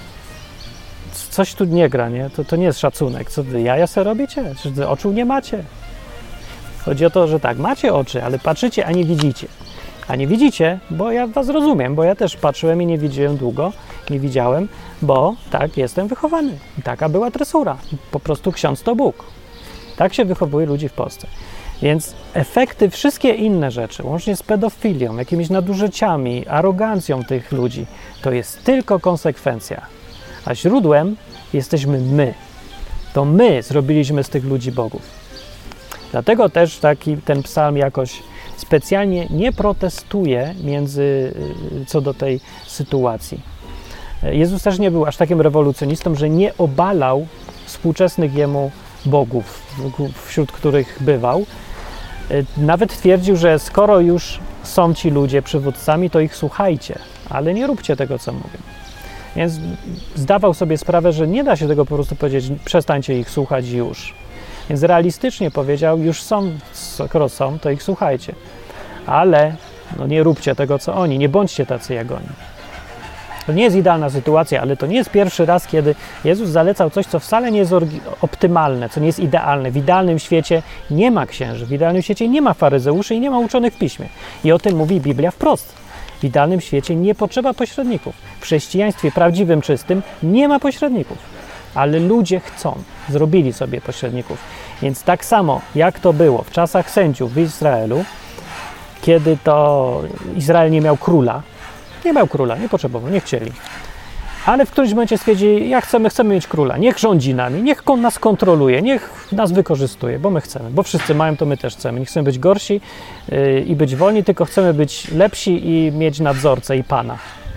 Coś tu nie gra, nie? To nie jest szacunek. Co wy, jaja se robicie? Czy wy oczu nie macie? Chodzi o to, że tak, macie oczy, ale patrzycie, a nie widzicie. A nie widzicie, bo ja was rozumiem, bo ja też patrzyłem i nie widziałem długo, nie widziałem, bo tak jestem wychowany. I taka była tresura. Po prostu ksiądz to Bóg. Tak się wychowuje ludzi w Polsce. Więc efekty, wszystkie inne rzeczy, łącznie z pedofilią, jakimiś nadużyciami, arogancją tych ludzi, to jest tylko konsekwencja. A źródłem jesteśmy my. To my zrobiliśmy z tych ludzi bogów. Dlatego też ten psalm jakoś specjalnie nie protestuje co do tej sytuacji. Jezus też nie był aż takim rewolucjonistą, że nie obalał współczesnych jemu bogów, wśród których bywał. Nawet twierdził, że skoro już są ci ludzie przywódcami, to ich słuchajcie, ale nie róbcie tego, co mówią. Więc zdawał sobie sprawę, że nie da się tego po prostu powiedzieć, przestańcie ich słuchać już. Więc realistycznie powiedział, już są, skoro są, to ich słuchajcie. Ale nie róbcie tego, co oni, nie bądźcie tacy jak oni. To nie jest idealna sytuacja, ale to nie jest pierwszy raz, kiedy Jezus zalecał coś, co wcale nie jest optymalne, co nie jest idealne. W idealnym świecie nie ma księży, w idealnym świecie nie ma faryzeuszy i nie ma uczonych w piśmie. I o tym mówi Biblia wprost. W idealnym świecie nie potrzeba pośredników. W chrześcijaństwie prawdziwym, czystym nie ma pośredników. Ale ludzie zrobili sobie pośredników. Więc tak samo, jak to było w czasach sędziów w Izraelu, kiedy to Izrael nie miał króla, nie potrzebował, nie chcieli. Ale w którymś momencie stwierdzili, chcemy mieć króla, niech rządzi nami, niech on nas kontroluje, niech nas wykorzystuje, bo my chcemy, bo wszyscy mają, to my też chcemy. Nie chcemy być gorsi i być wolni, tylko chcemy być lepsi i mieć nadzorcę i pana.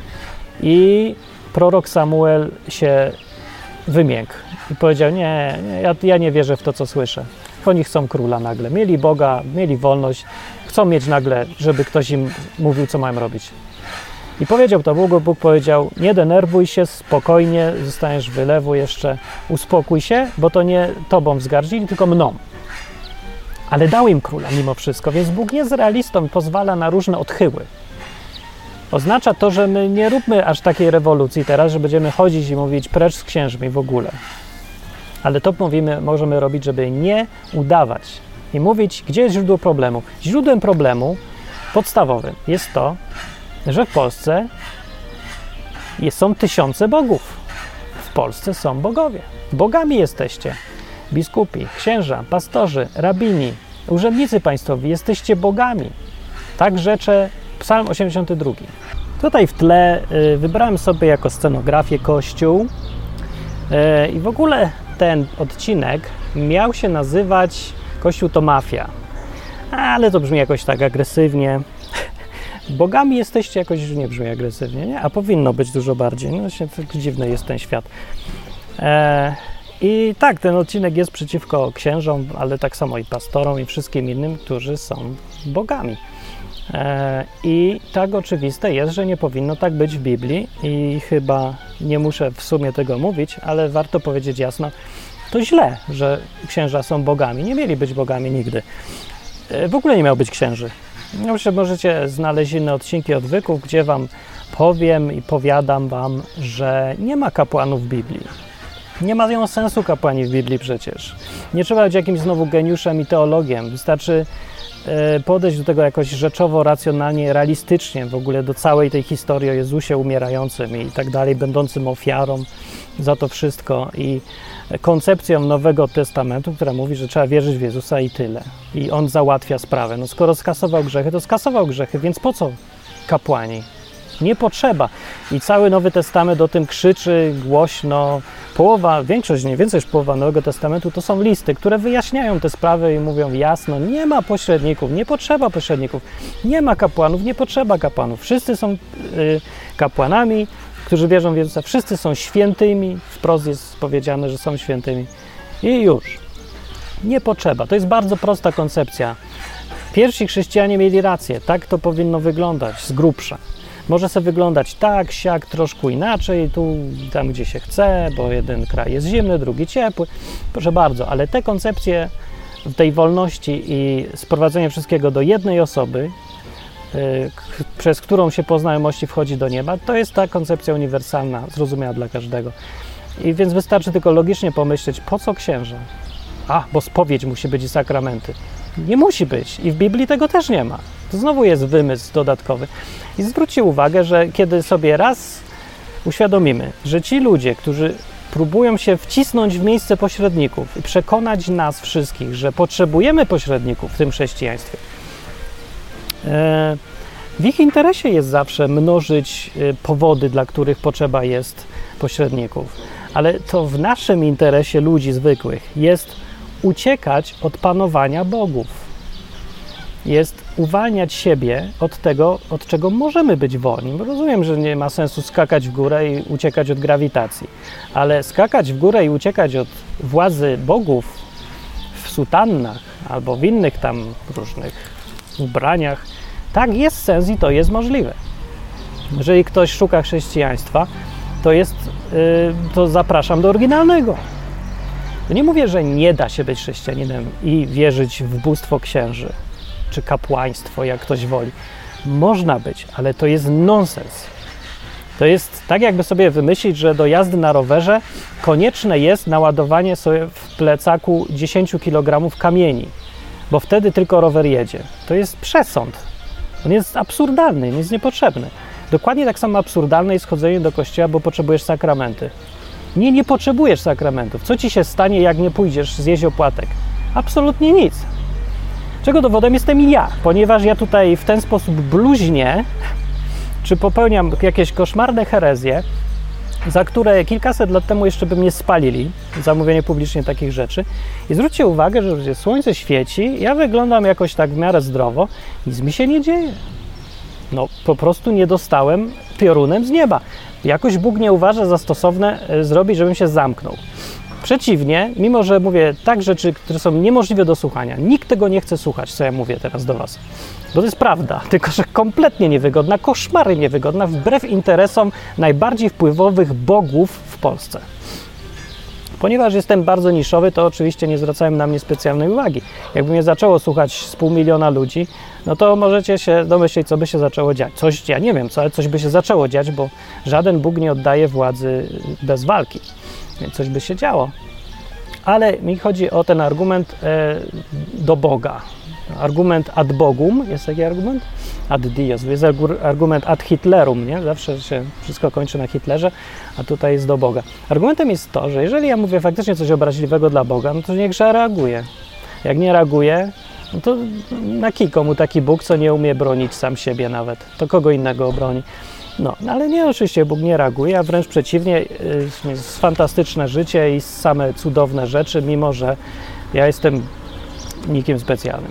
I prorok Samuel się wymiękł i powiedział, ja nie wierzę w to, co słyszę. Oni chcą króla nagle. Mieli Boga, mieli wolność, chcą mieć nagle, żeby ktoś im mówił, co mają robić. I powiedział to Bogu, Bóg powiedział, nie denerwuj się, spokojnie, zostaniesz wylewu jeszcze, uspokój się, bo to nie tobą wzgardzili, tylko mną. Ale dał im króla mimo wszystko, więc Bóg jest realistą i pozwala na różne odchyły. Oznacza to, że my nie róbmy aż takiej rewolucji teraz, że będziemy chodzić i mówić precz z księżmi w ogóle. Ale to możemy robić, żeby nie udawać i mówić, gdzie jest źródło problemu. Źródłem problemu podstawowym jest to, że w Polsce są tysiące bogów. W Polsce są bogowie. Bogami jesteście. Biskupi, księża, pastorzy, rabini, urzędnicy państwowi, jesteście bogami. Tak rzecze Psalm 82. Tutaj w tle wybrałem sobie jako scenografię kościół i w ogóle ten odcinek miał się nazywać Kościół to mafia. Ale to brzmi jakoś tak agresywnie. Bogami jesteście jakoś już nie brzmi agresywnie, nie? A powinno być dużo bardziej. No się tak dziwny jest ten świat. I tak, ten odcinek jest przeciwko księżom, ale tak samo i pastorom i wszystkim innym, którzy są bogami. I tak oczywiste jest, że nie powinno tak być w Biblii i chyba nie muszę w sumie tego mówić, ale warto powiedzieć jasno, to źle, że księża są bogami. Nie mieli być bogami nigdy. W ogóle nie miał być księży. Możecie znaleźć inne odcinki odwyków, gdzie wam powiem i powiadam wam, że nie ma kapłanów w Biblii. Nie mają sensu kapłani w Biblii przecież. Nie trzeba być jakimś znowu geniuszem i teologiem. Wystarczy podejść do tego jakoś rzeczowo, racjonalnie, realistycznie w ogóle do całej tej historii o Jezusie umierającym i tak dalej, będącym ofiarą za to wszystko i koncepcją Nowego Testamentu, która mówi, że trzeba wierzyć w Jezusa i tyle. I On załatwia sprawę. No skoro skasował grzechy, to skasował grzechy, więc po co kapłani? Nie potrzeba. I cały Nowy Testament o tym krzyczy głośno. Większość, nie więcej niż połowa Nowego Testamentu to są listy, które wyjaśniają te sprawy i mówią jasno, nie ma pośredników, nie potrzeba pośredników, nie ma kapłanów, nie potrzeba kapłanów. Wszyscy są kapłanami, którzy wierzą w Jezusa, wszyscy są świętymi, wprost jest powiedziane, że są świętymi i już. Nie potrzeba. To jest bardzo prosta koncepcja. Pierwsi chrześcijanie mieli rację, tak to powinno wyglądać z grubsza. Może sobie wyglądać tak, siak, troszkę inaczej, tu, tam gdzie się chce, bo jeden kraj jest zimny, drugi ciepły. Proszę bardzo, ale te koncepcje tej wolności i sprowadzenia wszystkiego do jednej osoby, przez którą się po znajomości wchodzi do nieba, to jest ta koncepcja uniwersalna, zrozumiała dla każdego. I więc wystarczy tylko logicznie pomyśleć, po co księża? Bo spowiedź musi być i sakramenty. Nie musi być i w Biblii tego też nie ma. To znowu jest wymysł dodatkowy. I zwróćcie uwagę, że kiedy sobie raz uświadomimy, że ci ludzie, którzy próbują się wcisnąć w miejsce pośredników i przekonać nas wszystkich, że potrzebujemy pośredników w tym chrześcijaństwie, w ich interesie jest zawsze mnożyć powody, dla których potrzeba jest pośredników. Ale to w naszym interesie ludzi zwykłych jest uciekać od panowania bogów. Jest uwalniać siebie od tego, od czego możemy być wolni. Bo rozumiem, że nie ma sensu skakać w górę i uciekać od grawitacji, ale skakać w górę i uciekać od władzy bogów w sutannach albo w innych tam różnych ubraniach, tak jest sens i to jest możliwe. Jeżeli ktoś szuka chrześcijaństwa, to zapraszam do oryginalnego. To nie mówię, że nie da się być chrześcijaninem i wierzyć w bóstwo księży, czy kapłaństwo, jak ktoś woli. Można być, ale to jest nonsens. To jest tak, jakby sobie wymyślić, że do jazdy na rowerze konieczne jest naładowanie sobie w plecaku 10 kg kamieni, bo wtedy tylko rower jedzie. To jest przesąd. On jest absurdalny, jest niepotrzebny. Dokładnie tak samo absurdalne jest chodzenie do kościoła, bo potrzebujesz sakramenty. Nie potrzebujesz sakramentów. Co ci się stanie, jak nie pójdziesz zjeść opłatek? Absolutnie nic. Czego dowodem jestem ja, ponieważ ja tutaj w ten sposób bluźnię, czy popełniam jakieś koszmarne herezje, za które kilkaset lat temu jeszcze by mnie spalili za mówienie publicznie takich rzeczy. I zwróćcie uwagę, że gdzie słońce świeci, ja wyglądam jakoś tak w miarę zdrowo, nic mi się nie dzieje. No, po prostu nie dostałem piorunem z nieba. Jakoś Bóg nie uważa za stosowne zrobić, żebym się zamknął. Przeciwnie, mimo że mówię tak rzeczy, które są niemożliwe do słuchania, nikt tego nie chce słuchać, co ja mówię teraz do was. Bo to jest prawda, tylko że kompletnie niewygodna, koszmarnie niewygodna, wbrew interesom najbardziej wpływowych bogów w Polsce. Ponieważ jestem bardzo niszowy, to oczywiście nie zwracałem na mnie specjalnej uwagi. Jakby mnie zaczęło słuchać z 500 000 ludzi, no to możecie się domyśleć, co by się zaczęło dziać. Coś, ja nie wiem co, ale coś by się zaczęło dziać, bo żaden Bóg nie oddaje władzy bez walki. Więc coś by się działo. Ale mi chodzi o ten argument do Boga. Argument ad Bogum, jest taki argument? Ad Dios, jest argument ad Hitlerum, nie? Zawsze się wszystko kończy na Hitlerze, a tutaj jest do Boga. Argumentem jest to, że jeżeli ja mówię faktycznie coś obraźliwego dla Boga, no to niechże reaguje. Jak nie reaguje, no to na kij komu taki Bóg, co nie umie bronić sam siebie nawet. To kogo innego obroni. No, ale nie, oczywiście Bóg nie reaguje, a wręcz przeciwnie, jest fantastyczne życie i same cudowne rzeczy, mimo że ja jestem nikim specjalnym.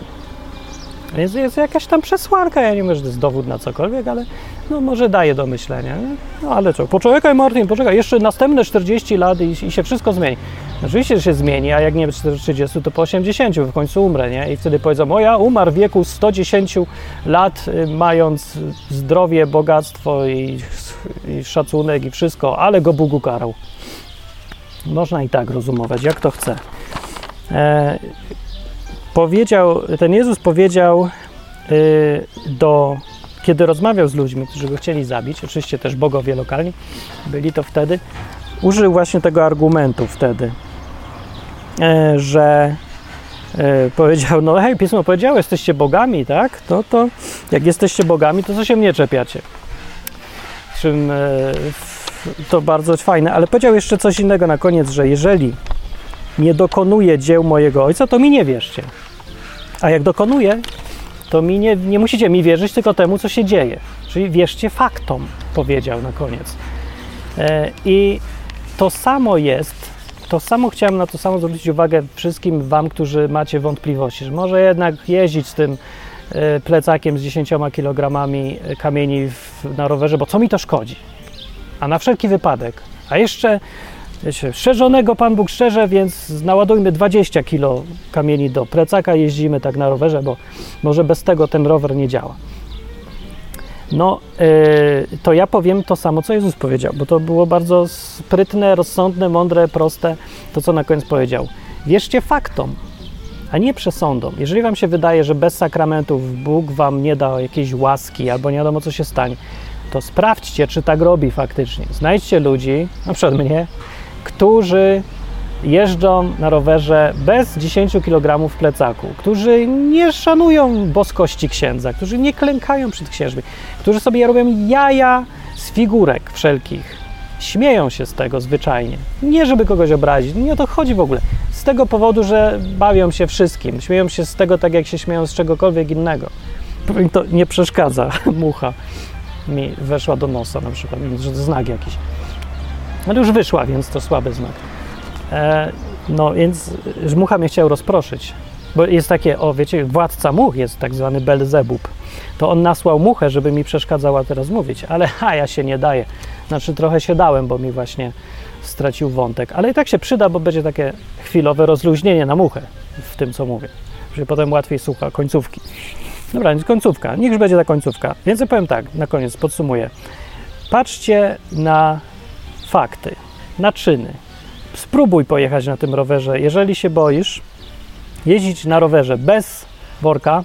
Jest jakaś tam przesłanka, ja nie wiem, że to jest dowód na cokolwiek, ale no może daje do myślenia. Nie? No ale co, poczekaj Martin, poczekaj, jeszcze następne 40 lat i się wszystko zmieni. Oczywiście, że się zmieni, a jak nie 30, to po 80 w końcu umrę, nie? I wtedy powiedzą, o ja umarł w wieku 110 lat, mając zdrowie, bogactwo i szacunek i wszystko, ale go Bóg ukarał. Można i tak rozumować, jak to chce. Ten Jezus powiedział, kiedy rozmawiał z ludźmi, którzy go chcieli zabić, oczywiście też bogowie lokalni byli to wtedy, użył właśnie tego argumentu wtedy, że powiedział, no hej, Pismo powiedziało, jesteście bogami, tak? To jak jesteście bogami, to co się mnie czepiacie? Czym to bardzo fajne, ale powiedział jeszcze coś innego na koniec, że jeżeli nie dokonuję dzieł mojego Ojca, to mi nie wierzcie. A jak dokonuję, to nie musicie mi wierzyć, tylko temu, co się dzieje. Czyli wierzcie faktom, powiedział na koniec. I to samo chciałem na to samo zwrócić uwagę wszystkim wam, którzy macie wątpliwości, że może jednak jeździć z tym plecakiem z 10 kilogramami kamieni na rowerze, bo co mi to szkodzi? A na wszelki wypadek. A jeszcze, wiecie, strzeżonego Pan Bóg strzeże, więc naładujmy 20 kilo kamieni do plecaka, jeździmy tak na rowerze, bo może bez tego ten rower nie działa. No, to ja powiem to samo, co Jezus powiedział, bo to było bardzo sprytne, rozsądne, mądre, proste, to co na koniec powiedział. Wierzcie faktom, a nie przesądom. Jeżeli wam się wydaje, że bez sakramentów Bóg wam nie da jakiejś łaski albo nie wiadomo, co się stanie, to sprawdźcie, czy tak robi faktycznie. Znajdźcie ludzi, na przykład mnie, którzy jeżdżą na rowerze bez 10 kg w plecaku, którzy nie szanują boskości księdza, którzy nie klękają przed księżmi, którzy sobie robią jaja z figurek wszelkich. Śmieją się z tego zwyczajnie. Nie żeby kogoś obrazić, nie o to chodzi w ogóle. Z tego powodu, że bawią się wszystkim. Śmieją się z tego tak, jak się śmieją z czegokolwiek innego. To nie przeszkadza. Mucha mi weszła do nosa na przykład, że to znak jakiś. Ale już wyszła, więc to słaby znak. No więc mucha mnie chciał rozproszyć, bo jest takie, wiecie, władca much jest tak zwany Belzebub. To on nasłał muchę, żeby mi przeszkadzała teraz mówić, ale ja się nie daję. Znaczy trochę się dałem, bo mi właśnie stracił wątek, ale i tak się przyda, bo będzie takie chwilowe rozluźnienie na muchę w tym, co mówię. Że potem łatwiej słucha końcówki. Dobra, więc końcówka. Niech już będzie ta końcówka. Więc ja powiem tak, na koniec podsumuję. Patrzcie na fakty, na czyny. Spróbuj pojechać na tym rowerze. Jeżeli się boisz, jeździć na rowerze bez worka,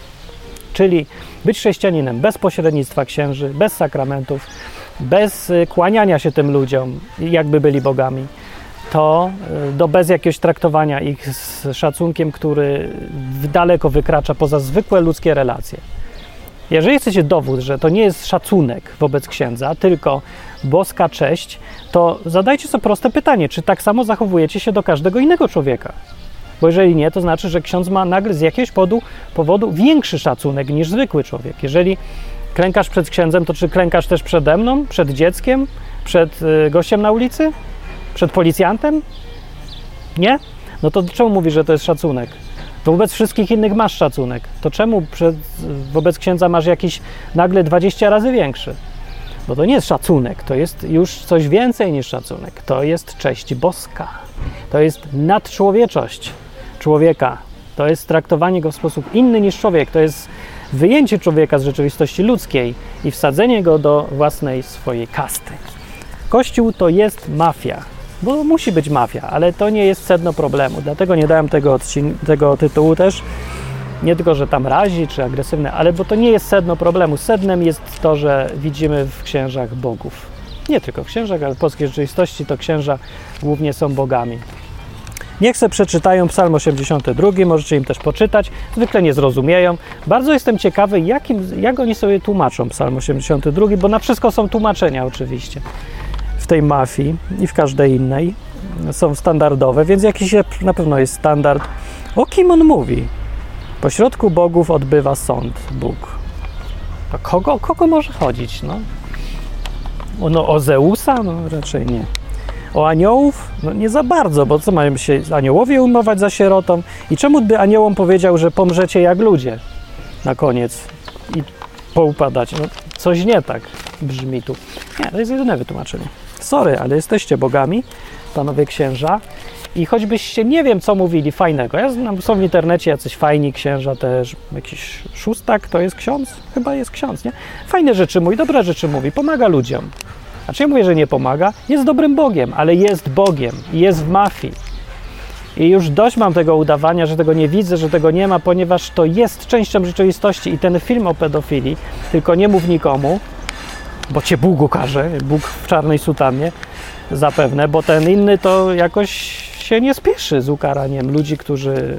czyli być chrześcijaninem bez pośrednictwa księży, bez sakramentów, bez kłaniania się tym ludziom, jakby byli bogami, to bez jakiegoś traktowania ich z szacunkiem, który daleko wykracza poza zwykłe ludzkie relacje. Jeżeli chcecie dowód, że to nie jest szacunek wobec księdza, tylko boska cześć, to zadajcie sobie proste pytanie, czy tak samo zachowujecie się do każdego innego człowieka? Bo jeżeli nie, to znaczy, że ksiądz ma nagle z jakiegoś powodu większy szacunek niż zwykły człowiek. Jeżeli klękasz przed księdzem, to czy klękasz też przede mną, przed dzieckiem, przed gościem na ulicy, przed policjantem? Nie? No to czemu mówisz, że to jest szacunek? Wobec wszystkich innych masz szacunek. To czemu wobec księdza masz jakiś nagle 20 razy większy? Bo to nie jest szacunek, to jest już coś więcej niż szacunek. To jest cześć boska. To jest nadczłowieczość człowieka. To jest traktowanie go w sposób inny niż człowiek. To jest wyjęcie człowieka z rzeczywistości ludzkiej i wsadzenie go do własnej swojej kasty. Kościół to jest mafia. Bo musi być mafia, ale to nie jest sedno problemu. Dlatego nie dałem tego tytułu też. Nie tylko, że tam razi czy agresywne, ale bo to nie jest sedno problemu. Sednem jest to, że widzimy w księżach bogów. Nie tylko w księżach, ale w polskiej rzeczywistości to księża głównie są bogami. Niech se przeczytają Psalm 82, możecie im też poczytać. Zwykle nie zrozumieją. Bardzo jestem ciekawy, jak oni sobie tłumaczą Psalm 82, bo na wszystko są tłumaczenia oczywiście. W tej mafii i w każdej innej są standardowe, więc jakiś na pewno jest standard. O kim on mówi? Pośrodku bogów odbywa sąd Bóg. To kogo może chodzić? No o Zeusa? No raczej nie. O aniołów? No nie za bardzo, bo co mają się aniołowie umować za sierotą? I czemu by aniołom powiedział, że pomrzecie jak ludzie na koniec i poupadać? No coś nie tak brzmi tu. Nie, to jest jedyne wytłumaczenie. Sorry, ale jesteście bogami, panowie księża. I choćbyście nie wiem, co mówili fajnego. Ja znam, są w internecie jacyś fajni księża też. Jakiś Szóstak to jest ksiądz? Chyba jest ksiądz, nie? Fajne rzeczy mówi, dobre rzeczy mówi, pomaga ludziom. Znaczy ja mówię, że nie pomaga, jest dobrym Bogiem, ale jest Bogiem i jest w mafii. I już dość mam tego udawania, że tego nie widzę, że tego nie ma, ponieważ to jest częścią rzeczywistości i ten film o pedofilii, tylko nie mów nikomu, bo cię Bóg ukaże, Bóg w czarnej sutannie, zapewne, bo ten inny to jakoś się nie spieszy z ukaraniem ludzi, którzy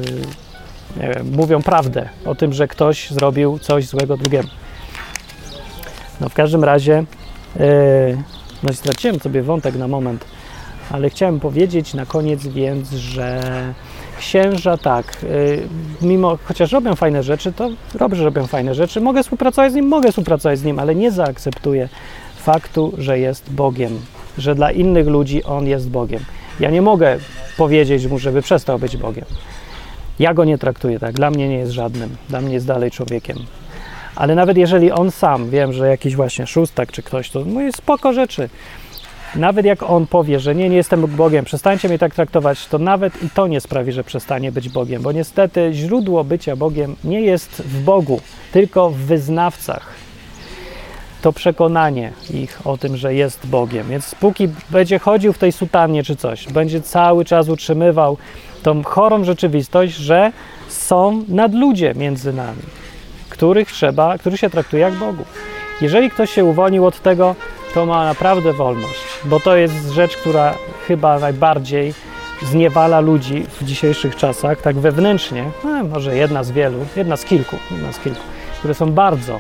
nie wiem, mówią prawdę o tym, że ktoś zrobił coś złego drugiemu. No w każdym razie, no i straciłem sobie wątek na moment, ale chciałem powiedzieć na koniec więc, że księża tak, mimo, chociaż robią fajne rzeczy, to dobrze, że robią fajne rzeczy, mogę współpracować z nim, ale nie zaakceptuję faktu, że jest Bogiem, że dla innych ludzi On jest Bogiem. Ja nie mogę powiedzieć mu, żeby przestał być Bogiem. Ja go nie traktuję tak, dla mnie nie jest żadnym, dla mnie jest dalej człowiekiem. Ale nawet jeżeli on sam, wiem, że jakiś właśnie Szóstak czy ktoś, to mówi spoko rzeczy. Nawet jak on powie, że nie jestem Bogiem, przestańcie mnie tak traktować, to nawet i to nie sprawi, że przestanie być Bogiem, bo niestety źródło bycia Bogiem nie jest w Bogu, tylko w wyznawcach. To przekonanie ich o tym, że jest Bogiem. Więc póki będzie chodził w tej sutannie czy coś, będzie cały czas utrzymywał tą chorą rzeczywistość, że są nadludzie między nami, których się traktuje jak Bogów. Jeżeli ktoś się uwolnił od tego, to ma naprawdę wolność, bo to jest rzecz, która chyba najbardziej zniewala ludzi w dzisiejszych czasach, tak wewnętrznie, może jedna z kilku, które są bardzo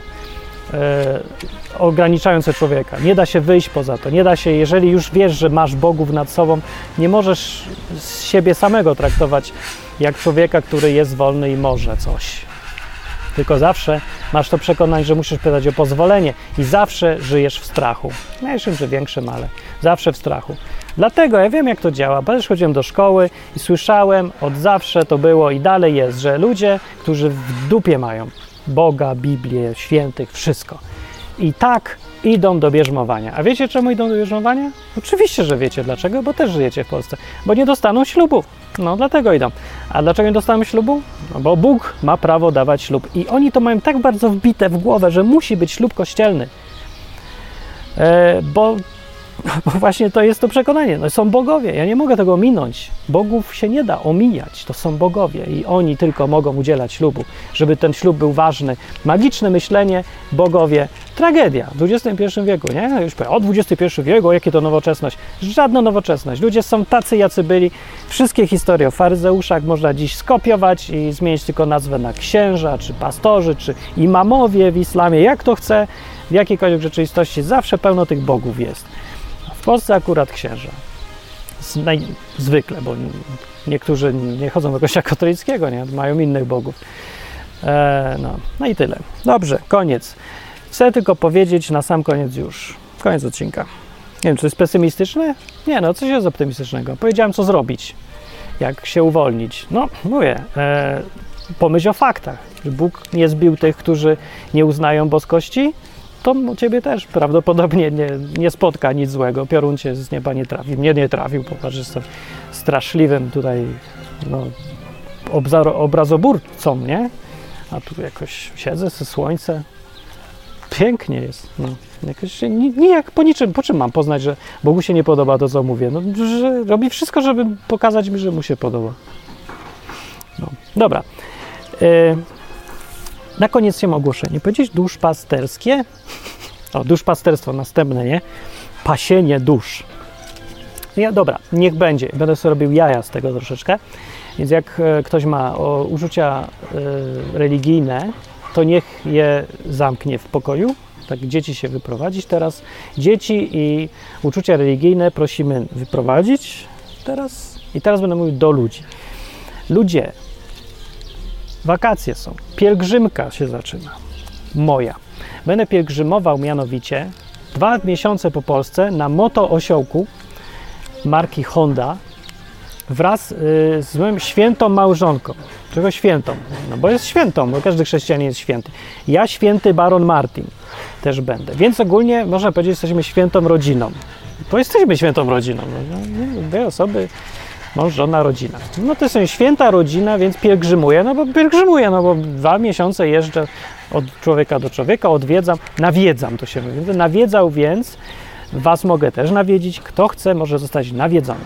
ograniczające człowieka. Nie da się wyjść poza to, nie da się, jeżeli już wiesz, że masz bogów nad sobą, nie możesz z siebie samego traktować jak człowieka, który jest wolny i może coś. Tylko zawsze masz to przekonanie, że musisz pytać o pozwolenie i zawsze żyjesz w strachu. Mniejszym czy większym, ale zawsze w strachu. Dlatego ja wiem, jak to działa, bo też chodziłem do szkoły i słyszałem, od zawsze to było i dalej jest, że ludzie, którzy w dupie mają Boga, Biblię, świętych, wszystko. I tak idą do bierzmowania. A wiecie, czemu idą do bierzmowania? Oczywiście, że wiecie dlaczego, bo też żyjecie w Polsce. Bo nie dostaną ślubu. No, dlatego idą. A dlaczego nie dostaną ślubu? No, bo Bóg ma prawo dawać ślub. I oni to mają tak bardzo wbite w głowę, że musi być ślub kościelny. Bo właśnie to jest to przekonanie. No, są bogowie. Ja nie mogę tego ominąć. Bogów się nie da omijać. To są bogowie i oni tylko mogą udzielać ślubu, żeby ten ślub był ważny. Magiczne myślenie, bogowie. Tragedia w XXI wieku, nie? Już powiem, o XXI wieku, jakie to nowoczesność. Żadna nowoczesność. Ludzie są tacy, jacy byli. Wszystkie historie o faryzeuszach można dziś skopiować i zmienić tylko nazwę na księża, czy pastorzy, czy imamowie w islamie. Jak to chce, w jakiejkolwiek rzeczywistości zawsze pełno tych bogów jest. W Polsce akurat księża. Zwykle, bo niektórzy nie chodzą do kościoła katolickiego, nie? Mają innych bogów. No i tyle. Dobrze, koniec. Chcę tylko powiedzieć na sam koniec już. Koniec odcinka. Nie wiem, czy to jest pesymistyczne? Nie, no coś jest optymistycznego. Powiedziałem, co zrobić. Jak się uwolnić. No, mówię, pomyśl o faktach. Że Bóg nie zbił tych, którzy nie uznają boskości, to ciebie też prawdopodobnie nie spotka nic złego. Piorun cię z nieba nie trafił. Mnie nie trafił, popatrz, jestem straszliwym tutaj obrazoburcą, nie? A tu jakoś siedzę, słońce. Pięknie jest. No. Jakoś nijak po niczym. Po czym mam poznać, że Bogu się nie podoba to, co mówię? No, że robi wszystko, żeby pokazać mi, że mu się podoba. No. Dobra. Na koniec chciałem ogłoszenie. Powiedzieć duszpasterskie? O, duszpasterstwo następne, nie? Pasienie dusz. Dobra, niech będzie. Będę sobie robił jaja z tego troszeczkę. Więc jak ktoś ma uczucia religijne, to niech je zamknie w pokoju. Tak, dzieci się wyprowadzić teraz. Dzieci i uczucia religijne prosimy wyprowadzić teraz. I teraz będę mówił do ludzi. Ludzie, wakacje są. Pielgrzymka się zaczyna. Moja. Będę pielgrzymował mianowicie 2 miesiące po Polsce na motoosiołku marki Honda wraz z moją świętą małżonką. Czego świętą? No bo jest świętą, bo każdy chrześcijanin jest święty. Ja święty Baron Martin też będę. Więc ogólnie można powiedzieć, że jesteśmy świętą rodziną. bo jesteśmy świętą rodziną. Dwie osoby, mąż, żona, rodzina. No to są święta rodzina, więc pielgrzymuję, no bo 2 miesiące jeżdżę od człowieka do człowieka, nawiedzam, to się mówi. Nawiedzał, więc was mogę też nawiedzić. Kto chce, może zostać nawiedzony.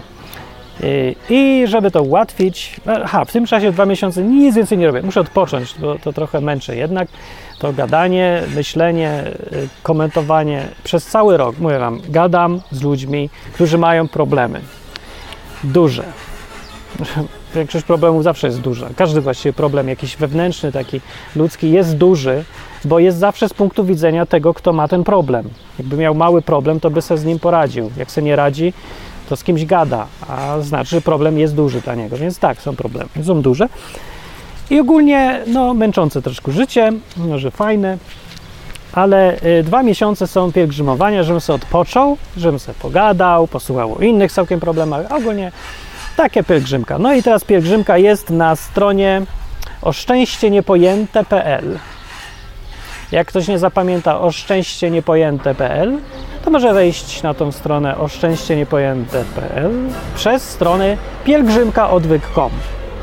I żeby to ułatwić, w tym czasie 2 miesiące nic więcej nie robię. Muszę odpocząć, bo to trochę męczy jednak. To gadanie, myślenie, komentowanie przez cały rok. Mówię wam, gadam z ludźmi, którzy mają problemy. Duże. Większość problemów zawsze jest duża. Każdy właściwie problem jakiś wewnętrzny, taki ludzki jest duży, bo jest zawsze z punktu widzenia tego, kto ma ten problem. Jakby miał mały problem, to by sobie z nim poradził. Jak sobie nie radzi, to z kimś gada, a znaczy, że problem jest duży dla niego. Więc tak, są problemy, są duże. I ogólnie, męczące troszkę życie, może fajne, ale 2 miesiące są pielgrzymowania, żebym sobie odpoczął, żebym sobie pogadał, posłuchał o innych całkiem problemach, ogólnie takie pielgrzymka. No i teraz pielgrzymka jest na stronie oszczęścieniepojęte.pl. Jak ktoś nie zapamięta oszczęścieniepojęte.pl, to może wejść na tą stronę oszczęścieniepojęte.pl przez stronę pielgrzymkaodwyk.com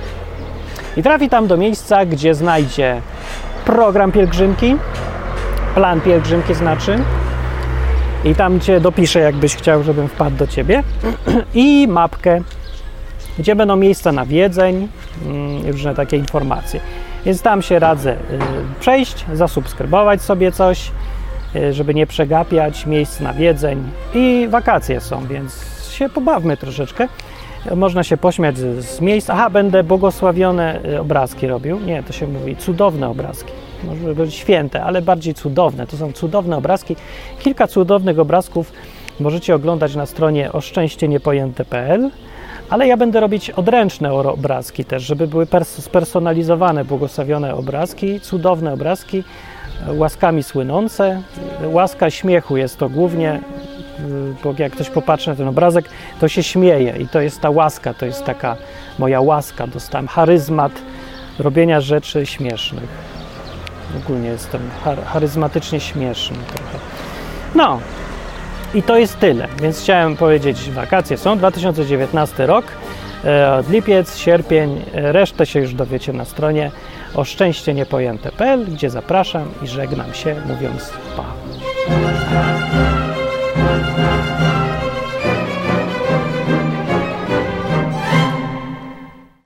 i trafi tam do miejsca, gdzie znajdzie program pielgrzymki, plan pielgrzymki znaczy, i tam cię dopiszę, jakbyś chciał, żebym wpadł do ciebie, i mapkę, gdzie będą miejsca nawiedzeń i różne takie informacje. Więc tam się radzę przejść, zasubskrybować sobie coś, żeby nie przegapiać miejsc nawiedzeń, i wakacje są, więc się pobawmy troszeczkę. Można się pośmiać z miejsc. Będę błogosławione obrazki robił. Nie, to się mówi cudowne obrazki. Może być święte, ale bardziej cudowne. To są cudowne obrazki. Kilka cudownych obrazków możecie oglądać na stronie oszczęścieniepojęte.pl, ale ja będę robić odręczne obrazki też, żeby były spersonalizowane, błogosławione obrazki, cudowne obrazki, łaskami słynące. Łaska śmiechu jest to głównie, bo jak ktoś popatrzy na ten obrazek, to się śmieje i to jest ta łaska, to jest taka moja łaska. Dostałem charyzmat robienia rzeczy śmiesznych. Ogólnie jestem charyzmatycznie śmieszny trochę. No i to jest tyle, więc chciałem powiedzieć, wakacje są, 2019 rok, lipiec, sierpień, resztę się już dowiecie na stronie oszczęścieniepojęte.pl, gdzie zapraszam i żegnam się mówiąc pa.